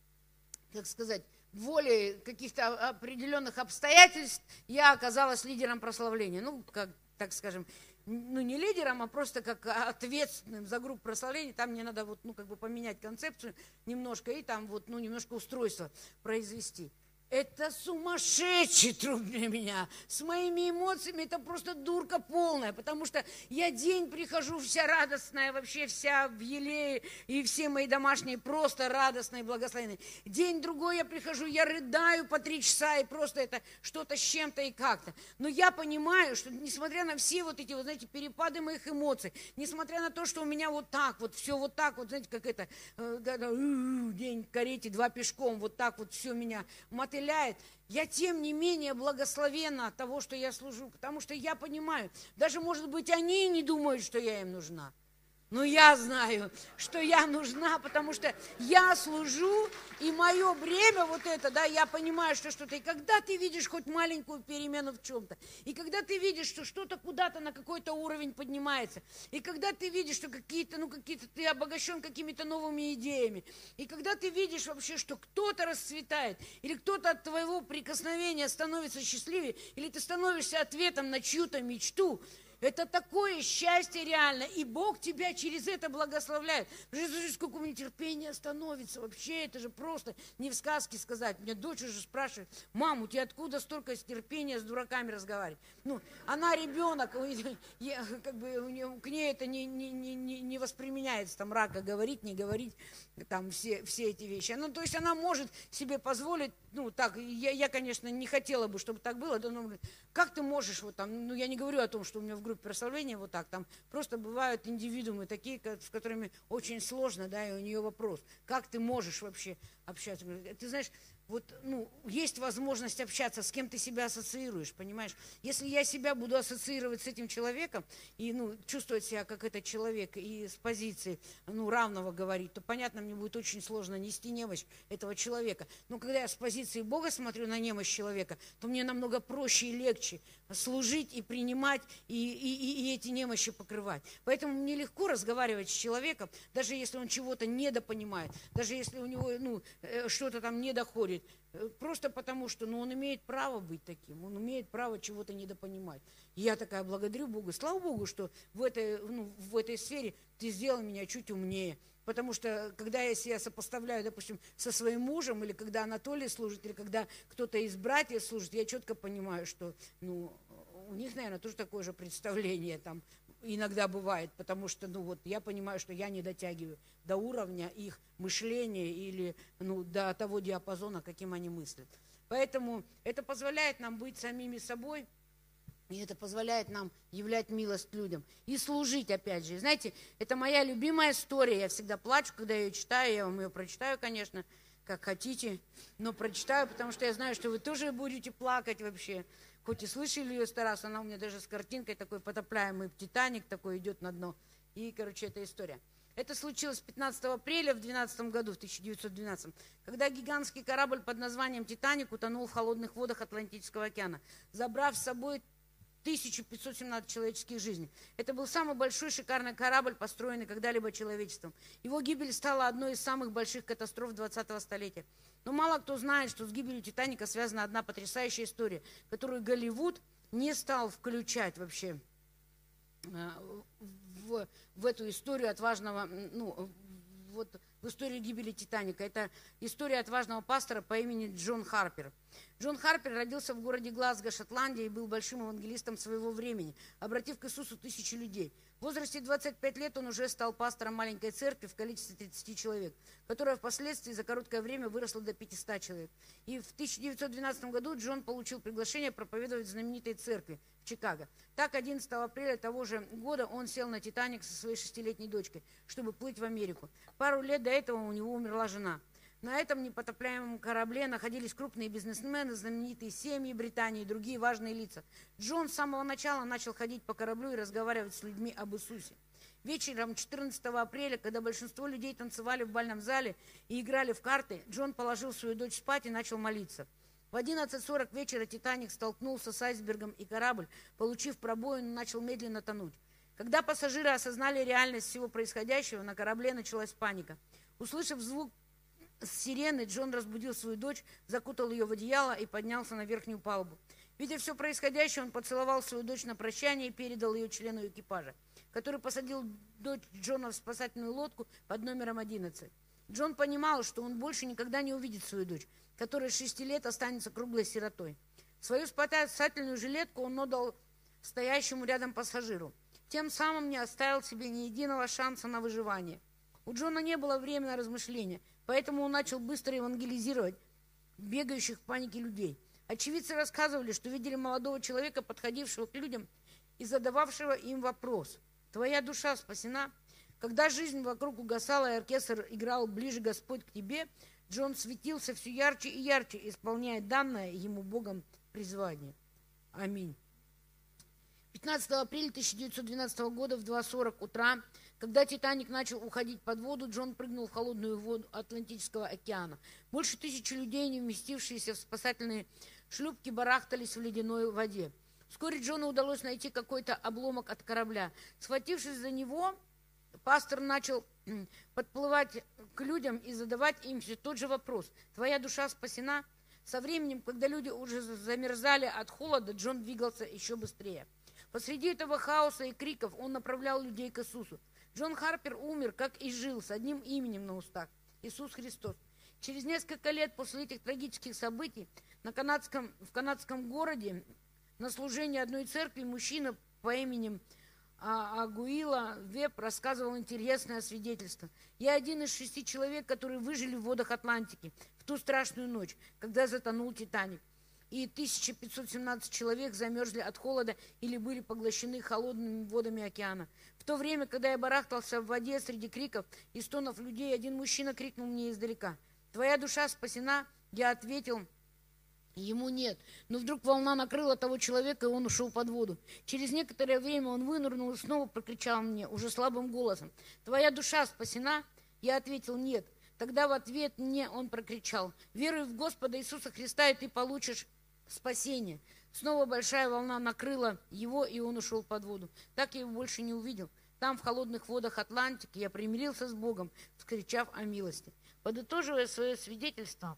как сказать, волей каких-то определенных обстоятельств я оказалась лидером прославления. Ну, как, так скажем, ну, не лидером, а просто как ответственным за группу прославления. Там мне надо вот, ну, как бы поменять концепцию немножко и там вот, ну, немножко устройство произвести. Это сумасшедший труд для меня. С моими эмоциями это просто дурка полная, потому что я день прихожу вся радостная, вообще вся в елее, и все мои домашние просто радостные, благословенные. День другой я прихожу, я рыдаю по три часа, и просто это что-то с чем-то и как-то. Но я понимаю, что несмотря на все вот эти, вот, знаете, перепады моих эмоций, несмотря на то, что у меня вот так вот, все вот так вот, знаете, как это, э, день в карете, два пешком, вот так вот все меня мотыляет, я тем не менее благословенна от того, что я служу, потому что я понимаю, даже, может быть, они не думают, что я им нужна. Но я знаю, что я нужна, потому что я служу, и мое бремя вот это, да, я понимаю, что что-то, и когда ты видишь хоть маленькую перемену в чем-то, и когда ты видишь, что что-то куда-то на какой-то уровень поднимается, и когда ты видишь, что какие-то, ну, какие-то, ты обогащен какими-то новыми идеями, и когда ты видишь вообще, что кто-то расцветает, или кто-то от твоего прикосновения становится счастливее, или ты становишься ответом на чью-то мечту, это такое счастье реально, и Бог тебя через это благословляет. Слушай, сколько у меня терпения становится, вообще это же просто не в сказке сказать. Мне дочь уже спрашивает: мам, у тебя откуда столько терпения с дураками разговаривать? Ну, она ребенок, я, как бы, у нее, к ней это не, не, не, не восприменяется, там, рака говорить, не говорить, там, все, все эти вещи. Ну, то есть она может себе позволить, ну, так, я, я, конечно, не хотела бы, чтобы так было, но как ты можешь, вот там, ну, я не говорю о том, что у меня в группе прославления вот так, там просто бывают индивидуумы такие, с которыми очень сложно, да, и у нее вопрос, как ты можешь вообще общаться? Ты знаешь, вот, ну, есть возможность общаться, с кем ты себя ассоциируешь, понимаешь? Если я себя буду ассоциировать с этим человеком и, ну, чувствовать себя как этот человек и с позиции, ну, равного говорить, то, понятно, мне будет очень сложно нести немощь этого человека. Но когда я с позиции Бога смотрю на немощь человека, то мне намного проще и легче служить и принимать, и, и, и эти немощи покрывать. Поэтому мне легко разговаривать с человеком, даже если он чего-то недопонимает, даже если у него, ну, что-то там не доходит. Просто потому, что, ну, он имеет право быть таким, он имеет право чего-то недопонимать. И я такая благодарю Бога, слава Богу, что в этой, ну, в этой сфере ты сделал меня чуть умнее. Потому что, когда я себя сопоставляю, допустим, со своим мужем, или когда Анатолий служит, или когда кто-то из братьев служит, я четко понимаю, что, ну, у них, наверное, тоже такое же представление там иногда бывает, потому что, ну, вот я понимаю, что я не дотягиваю до уровня их мышления или, ну, до того диапазона, каким они мыслят. Поэтому это позволяет нам быть самими собой, и это позволяет нам являть милость людям. И служить, опять же. Знаете, это моя любимая история. Я всегда плачу, когда я ее читаю. Я вам ее прочитаю, конечно, как хотите. Но прочитаю, потому что я знаю, что вы тоже будете плакать вообще. Хоть и слышали ее сто раз, она у меня даже с картинкой такой потопляемый «Титаник» такой идет на дно. И, короче, эта история. Это случилось пятнадцатого апреля в двенадцатом году, в тысяча девятьсот двенадцатом, когда гигантский корабль под названием «Титаник» утонул в холодных водах Атлантического океана, забрав с собой тысяча пятьсот семнадцать человеческих жизней. Это был самый большой шикарный корабль, построенный когда-либо человечеством. Его гибель стала одной из самых больших катастроф двадцатого столетия. Но мало кто знает, что с гибелью «Титаника» связана одна потрясающая история, которую Голливуд не стал включать вообще в, в эту историю отважного, ну, вот в историю гибели «Титаника». Это история отважного пастора по имени Джон Харпер. Джон Харпер родился в городе Глазго, Шотландия, и был большим евангелистом своего времени, обратив к Иисусу тысячи людей. В возрасте двадцати пяти лет он уже стал пастором маленькой церкви в количестве тридцати человек, которая впоследствии за короткое время выросла до пятисот человек. И в тысяча девятьсот двенадцатом году Джон получил приглашение проповедовать в знаменитой церкви в Чикаго. Так, одиннадцатого апреля того же года он сел на «Титаник» со своей шестилетней дочкой, чтобы плыть в Америку. Пару лет до этого у него умерла жена. На этом непотопляемом корабле находились крупные бизнесмены, знаменитые семьи Британии и другие важные лица. Джон с самого начала начал ходить по кораблю и разговаривать с людьми об Иисусе. Вечером четырнадцатого апреля, когда большинство людей танцевали в бальном зале и играли в карты, Джон положил свою дочь спать и начал молиться. В одиннадцать сорок вечера «Титаник» столкнулся с айсбергом, и корабль, получив пробоину, начал медленно тонуть. Когда пассажиры осознали реальность всего происходящего, на корабле началась паника. Услышав звук сирены, Джон разбудил свою дочь, закутал ее в одеяло и поднялся на верхнюю палубу. Видя все происходящее, он поцеловал свою дочь на прощание и передал ее члену экипажа, который посадил дочь Джона в спасательную лодку под номером одиннадцать. Джон понимал, что он больше никогда не увидит свою дочь, которая с шести лет останется круглой сиротой. Свою спасательную жилетку он отдал стоящему рядом пассажиру. Тем самым не оставил себе ни единого шанса на выживание. У Джона не было времени на размышления, поэтому он начал быстро евангелизировать бегающих в панике людей. Очевидцы рассказывали, что видели молодого человека, подходившего к людям и задававшего им вопрос: «Твоя душа спасена?» Когда жизнь вокруг угасала и оркестр играл «Ближе, Господь, к тебе», Джон светился все ярче и ярче, исполняя данное ему Богом призвание. Аминь. пятнадцатого апреля тысяча девятьсот двенадцатого года в два сорок утра, когда «Титаник» начал уходить под воду, Джон прыгнул в холодную воду Атлантического океана. Больше тысячи людей, не вместившиеся в спасательные шлюпки, барахтались в ледяной воде. Вскоре Джону удалось найти какой-то обломок от корабля. Схватившись за него, пастор начал подплывать к людям и задавать им все тот же вопрос: «Твоя душа спасена?» Со временем, когда люди уже замерзали от холода, Джон двигался еще быстрее. Посреди этого хаоса и криков он направлял людей к Иисусу. Джон Харпер умер, как и жил, с одним именем на устах – Иисус Христос. Через несколько лет после этих трагических событий на канадском, в канадском городе на служении одной церкви мужчина по имени Агуила Веб рассказывал интересное свидетельство. «Я один из шести человек, которые выжили в водах Атлантики в ту страшную ночь, когда затонул «Титаник». И тысяча пятьсот семнадцать человек замерзли от холода или были поглощены холодными водами океана. В то время, когда я барахтался в воде среди криков и стонов людей, один мужчина крикнул мне издалека: «Твоя душа спасена?» Я ответил ему: «Нет». Но вдруг волна накрыла того человека, и он ушел под воду. Через некоторое время он вынырнул и снова прокричал мне уже слабым голосом: «Твоя душа спасена?» Я ответил: «Нет». Тогда в ответ мне он прокричал: «Веруй в Господа Иисуса Христа, и ты получишь спасение». Снова большая волна накрыла его, и он ушел под воду. Так я его больше не увидел. Там, в холодных водах Атлантики, я примирился с Богом, вскричав о милости. Подытоживая свое свидетельство,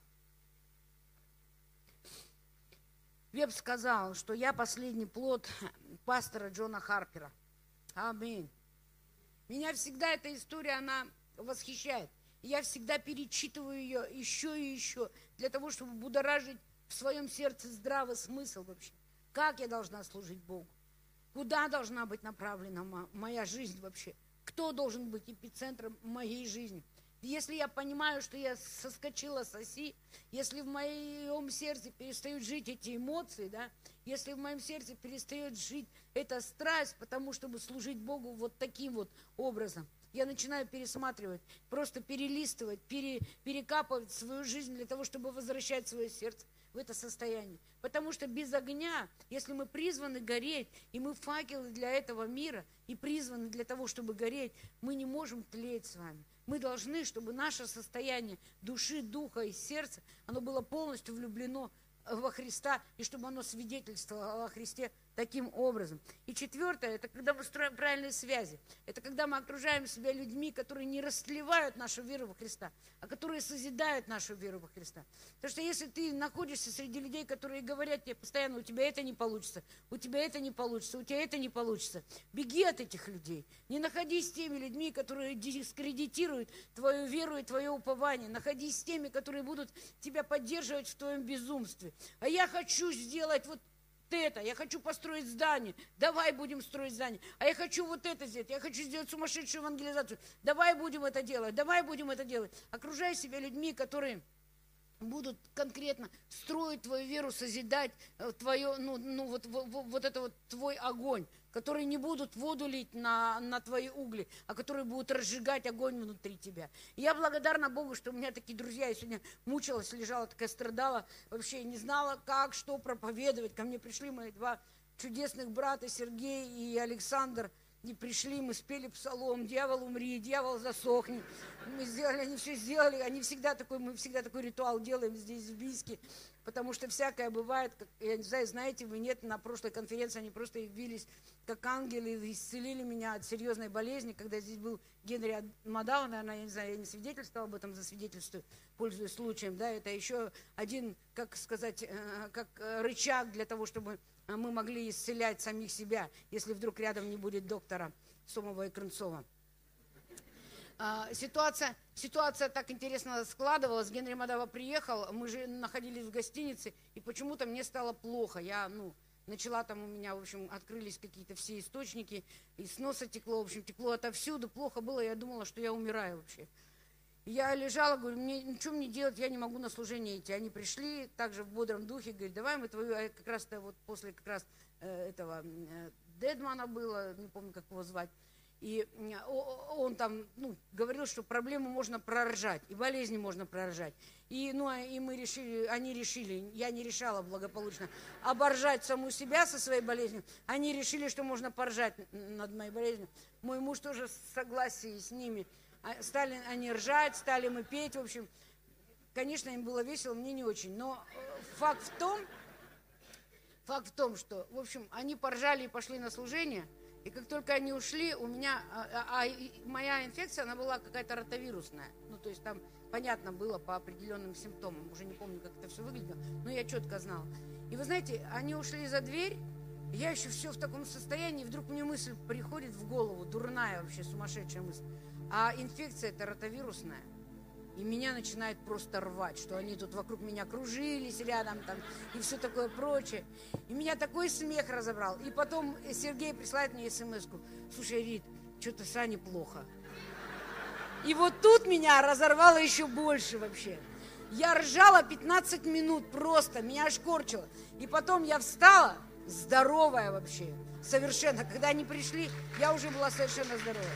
Веб сказал, что я последний плод пастора Джона Харпера. Аминь. Меня всегда эта история, она восхищает. Я всегда перечитываю ее еще и еще, для того, чтобы будоражить в своем сердце здравый смысл вообще. Как я должна служить Богу? Куда должна быть направлена моя жизнь вообще? Кто должен быть эпицентром моей жизни? Если я понимаю, что я соскочила с оси, если в моем сердце перестают жить эти эмоции, да, если в моем сердце перестает жить эта страсть, потому чтобы служить Богу вот таким вот образом, я начинаю пересматривать, просто перелистывать, пере, перекапывать свою жизнь для того, чтобы возвращать свое сердце в это состояние. Потому что без огня, если мы призваны гореть, и мы факелы для этого мира, и призваны для того, чтобы гореть, мы не можем тлеть с вами. Мы должны, чтобы наше состояние души, духа и сердца, оно было полностью влюблено во Христа, и чтобы оно свидетельствовало о Христе таким образом. И четвертое, это когда мы строим правильные связи. Это когда мы окружаем себя людьми, которые не растлевают нашу веру во Христа, а которые созидают нашу веру во Христа. Потому что если ты находишься среди людей, которые говорят тебе постоянно: у тебя это не получится, у тебя это не получится, у тебя это не получится, беги от этих людей. Не находись с теми людьми, которые дискредитируют твою веру и твое упование. Находись с теми, которые будут тебя поддерживать в твоем безумстве. А я хочу сделать вот это, я хочу построить здание, давай будем строить здание. А я хочу вот это сделать, я хочу сделать сумасшедшую евангелизацию, давай будем это делать, давай будем это делать. Окружай себя людьми, которые будут конкретно строить твою веру, созидать твое, ну, ну вот, вот, вот это вот твой огонь, которые не будут воду лить на, на твои угли, а которые будут разжигать огонь внутри тебя. И я благодарна Богу, что у меня такие друзья. Я сегодня мучилась, лежала такая, страдала, вообще не знала, как, что проповедовать. Ко мне пришли мои два чудесных брата, Сергей и Александр. И пришли, мы спели псалом: «Дьявол, умри, дьявол, засохни». Мы сделали, они все сделали, они всегда такой, мы всегда такой ритуал делаем здесь в Бийске, потому что всякое бывает, как, я не знаю, знаете вы, нет, на прошлой конференции они просто явились как ангелы, исцелили меня от серьезной болезни, когда здесь был Генри Мадау, наверное, я не знаю, я не свидетельствовала об этом, засвидетельствую, пользуясь случаем, да, это еще один, как сказать, как рычаг для того, чтобы мы могли исцелять самих себя, если вдруг рядом не будет доктора Сомова и Крынцова. Ситуация, ситуация так интересно складывалась. Генри Мадава приехал, мы же находились в гостинице, и почему-то мне стало плохо. Я, ну, начала там у меня, в общем, открылись какие-то все источники, из носа текло, в общем, текло отовсюду, плохо было, я думала, что я умираю вообще. Я лежала, говорю, мне ничего мне делать, я не могу на служение идти. Они пришли также в бодром духе, говорят, давай мы твою, как раз-то вот после как раз э, этого э, Дедмана было, не помню, как его звать, и э, он там, ну, говорил, что проблему можно проржать, и болезни можно проржать. И, ну, и мы решили, они решили, я не решала благополучно, оборжать саму себя со своей болезнью. Они решили, что можно поржать над моей болезнью. Мой муж тоже в согласии с ними. Стали они ржать, стали мы петь, в общем, конечно, им было весело, мне не очень, но факт в том, факт в том, что, в общем, они поржали и пошли на служение, и как только они ушли, у меня, а, а моя инфекция, она была какая-то ротавирусная, ну, то есть там понятно было по определенным симптомам, уже не помню, как это все выглядело, но я четко знала. И вы знаете, они ушли за дверь, я еще все в таком состоянии, вдруг мне мысль приходит в голову, дурная вообще, сумасшедшая мысль. А инфекция это ротавирусная. И меня начинает просто рвать, что они тут вокруг меня кружились рядом там, и все такое прочее. И меня такой смех разобрал. И потом Сергей присылает мне смс-ку: слушай, Рит, что-то Сане плохо. И вот тут меня разорвало еще больше вообще. Я ржала пятнадцать минут просто, меня аж корчило. И потом я встала, здоровая вообще, совершенно. Когда они пришли, я уже была совершенно здоровая.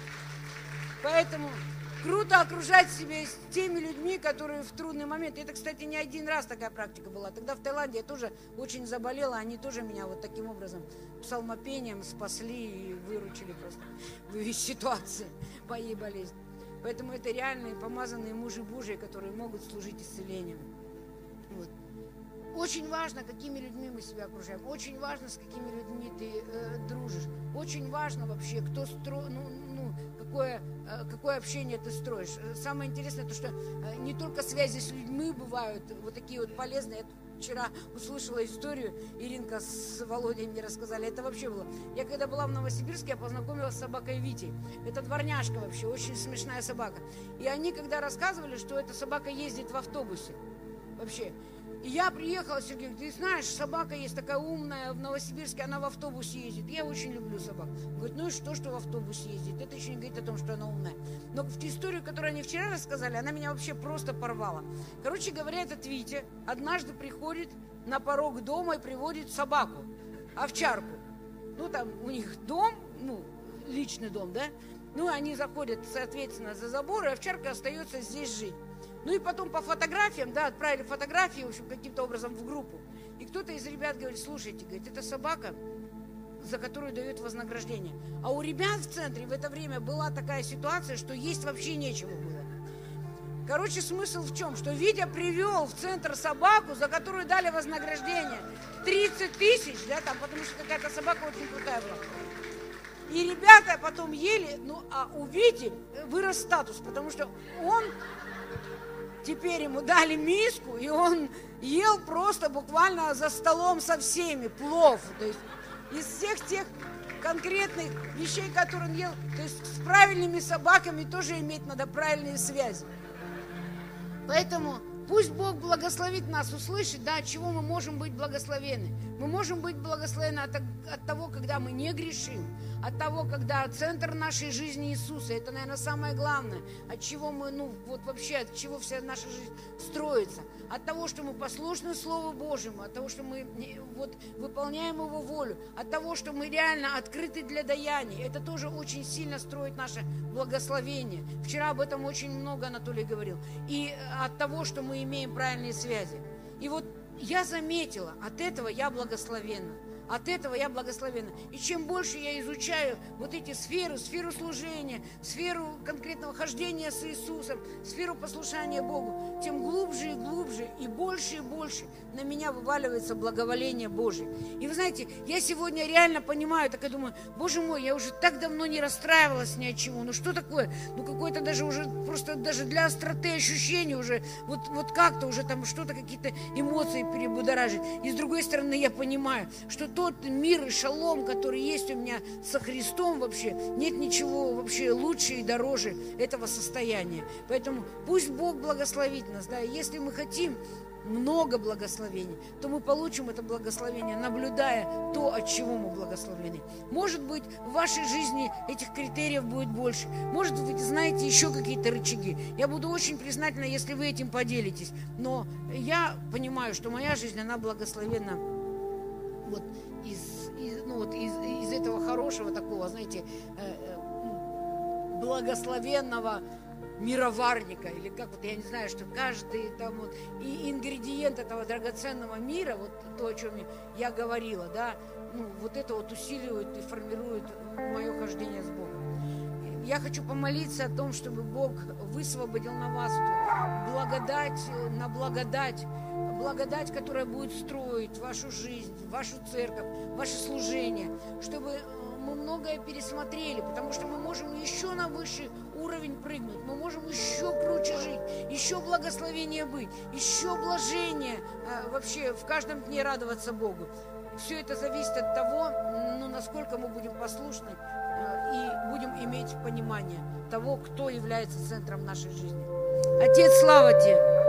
Поэтому круто окружать себя теми людьми, которые в трудный момент. Это, кстати, не один раз такая практика была. Тогда в Таиланде я тоже очень заболела, они тоже меня вот таким образом псалмопением спасли и выручили просто из ситуации моей болезни. Поэтому это реальные помазанные мужи Божии, которые могут служить исцелением. Вот. Очень важно, какими людьми мы себя окружаем. Очень важно, с какими людьми ты э, дружишь. Очень важно вообще, кто стро... ну, ну, какое, э, какое общение ты строишь. Самое интересное, то, что э, не только связи с людьми бывают вот такие вот полезные. Я вчера услышала историю, Иринка с Володей мне рассказали. Это вообще было. Я когда была в Новосибирске, я познакомилась с собакой Витей. Это дворняжка вообще, очень смешная собака. И они когда рассказывали, что эта собака ездит в автобусе. Вообще. И я приехала, Сергей, ты знаешь, собака есть такая умная в Новосибирске, она в автобусе ездит. Я очень люблю собак. Говорит, ну и что, что в автобусе ездит? Это еще не говорит о том, что она умная. Но в ту историю, которую они вчера рассказали, она меня вообще просто порвала. Короче говоря, этот Витя однажды приходит на порог дома и приводит собаку, овчарку. Ну, там у них дом, ну, личный дом, да? Ну, они заходят, соответственно, за забор, и овчарка остается здесь жить. Ну и потом по фотографиям, да, отправили фотографии, в общем, каким-то образом в группу. И кто-то из ребят говорит, слушайте, говорит, это собака, за которую дают вознаграждение. А у ребят в центре в это время была такая ситуация, что есть вообще нечего было. Короче, смысл в чем? Что Витя привел в центр собаку, за которую дали вознаграждение тридцать тысяч, да, там, потому что какая-то собака очень крутая была. И ребята потом ели, ну, а у Вити вырос статус, потому что он... Теперь ему дали миску, и он ел просто буквально за столом со всеми, плов. То есть из всех тех конкретных вещей, которые он ел, то есть с правильными собаками тоже иметь надо правильные связи. Поэтому пусть Бог благословит нас, услышит, да, от чего мы можем быть благословены. Мы можем быть благословены от, от того, когда мы не грешим, от того, когда центр нашей жизни Иисуса. Это, наверное, самое главное, от чего мы, ну, вот вообще, от чего вся наша жизнь строится. От того, что мы послушны Слову Божьему, от того, что мы вот, выполняем Его волю, от того, что мы реально открыты для даяний. Это тоже очень сильно строит наше благословение. Вчера об этом очень много Анатолий говорил. И от того, что мы имеем правильные связи. И вот я заметила, от этого я благословенна. От этого я благословенна. И чем больше я изучаю вот эти сферы, сферу служения, сферу конкретного хождения с Иисусом, сферу послушания Богу, тем глубже и глубже, и больше и больше на меня вываливается благоволение Божие. И вы знаете, я сегодня реально понимаю, так я думаю, Боже мой, я уже так давно не расстраивалась ни от чего. Ну что такое? Ну какое-то даже уже, просто даже для остроты ощущений уже, вот, вот как-то уже там что-то, какие-то эмоции перебудоражить. И с другой стороны, я понимаю, что тот мир и шалом, который есть у меня со Христом вообще, нет ничего вообще лучше и дороже этого состояния. Поэтому пусть Бог благословит нас, да, и если мы хотим много благословений, то мы получим это благословение, наблюдая то, от чего мы благословлены. Может быть, в вашей жизни этих критериев будет больше. Может быть, знаете, еще какие-то рычаги. Я буду очень признательна, если вы этим поделитесь. Но я понимаю, что моя жизнь, она благословенна вот из, из, ну вот из, из этого хорошего такого, знаете, благословенного мироварника, или как вот, я не знаю, что каждый там вот, и ингредиент этого драгоценного мира, вот то, о чем я говорила, да, ну, вот это вот усиливает и формирует мое хождение с Богом. Я хочу помолиться о том, чтобы Бог высвободил на вас эту благодать, на благодать, благодать, которая будет строить вашу жизнь, вашу церковь, ваше служение, чтобы мы многое пересмотрели, потому что мы можем еще на высший уровень прыгнуть, мы можем еще круче жить, еще благословение быть, еще блажение э, вообще в каждом дне радоваться Богу. Все это зависит от того, ну, насколько мы будем послушны э, и будем иметь понимание того, кто является центром нашей жизни. Отец, слава Тебе!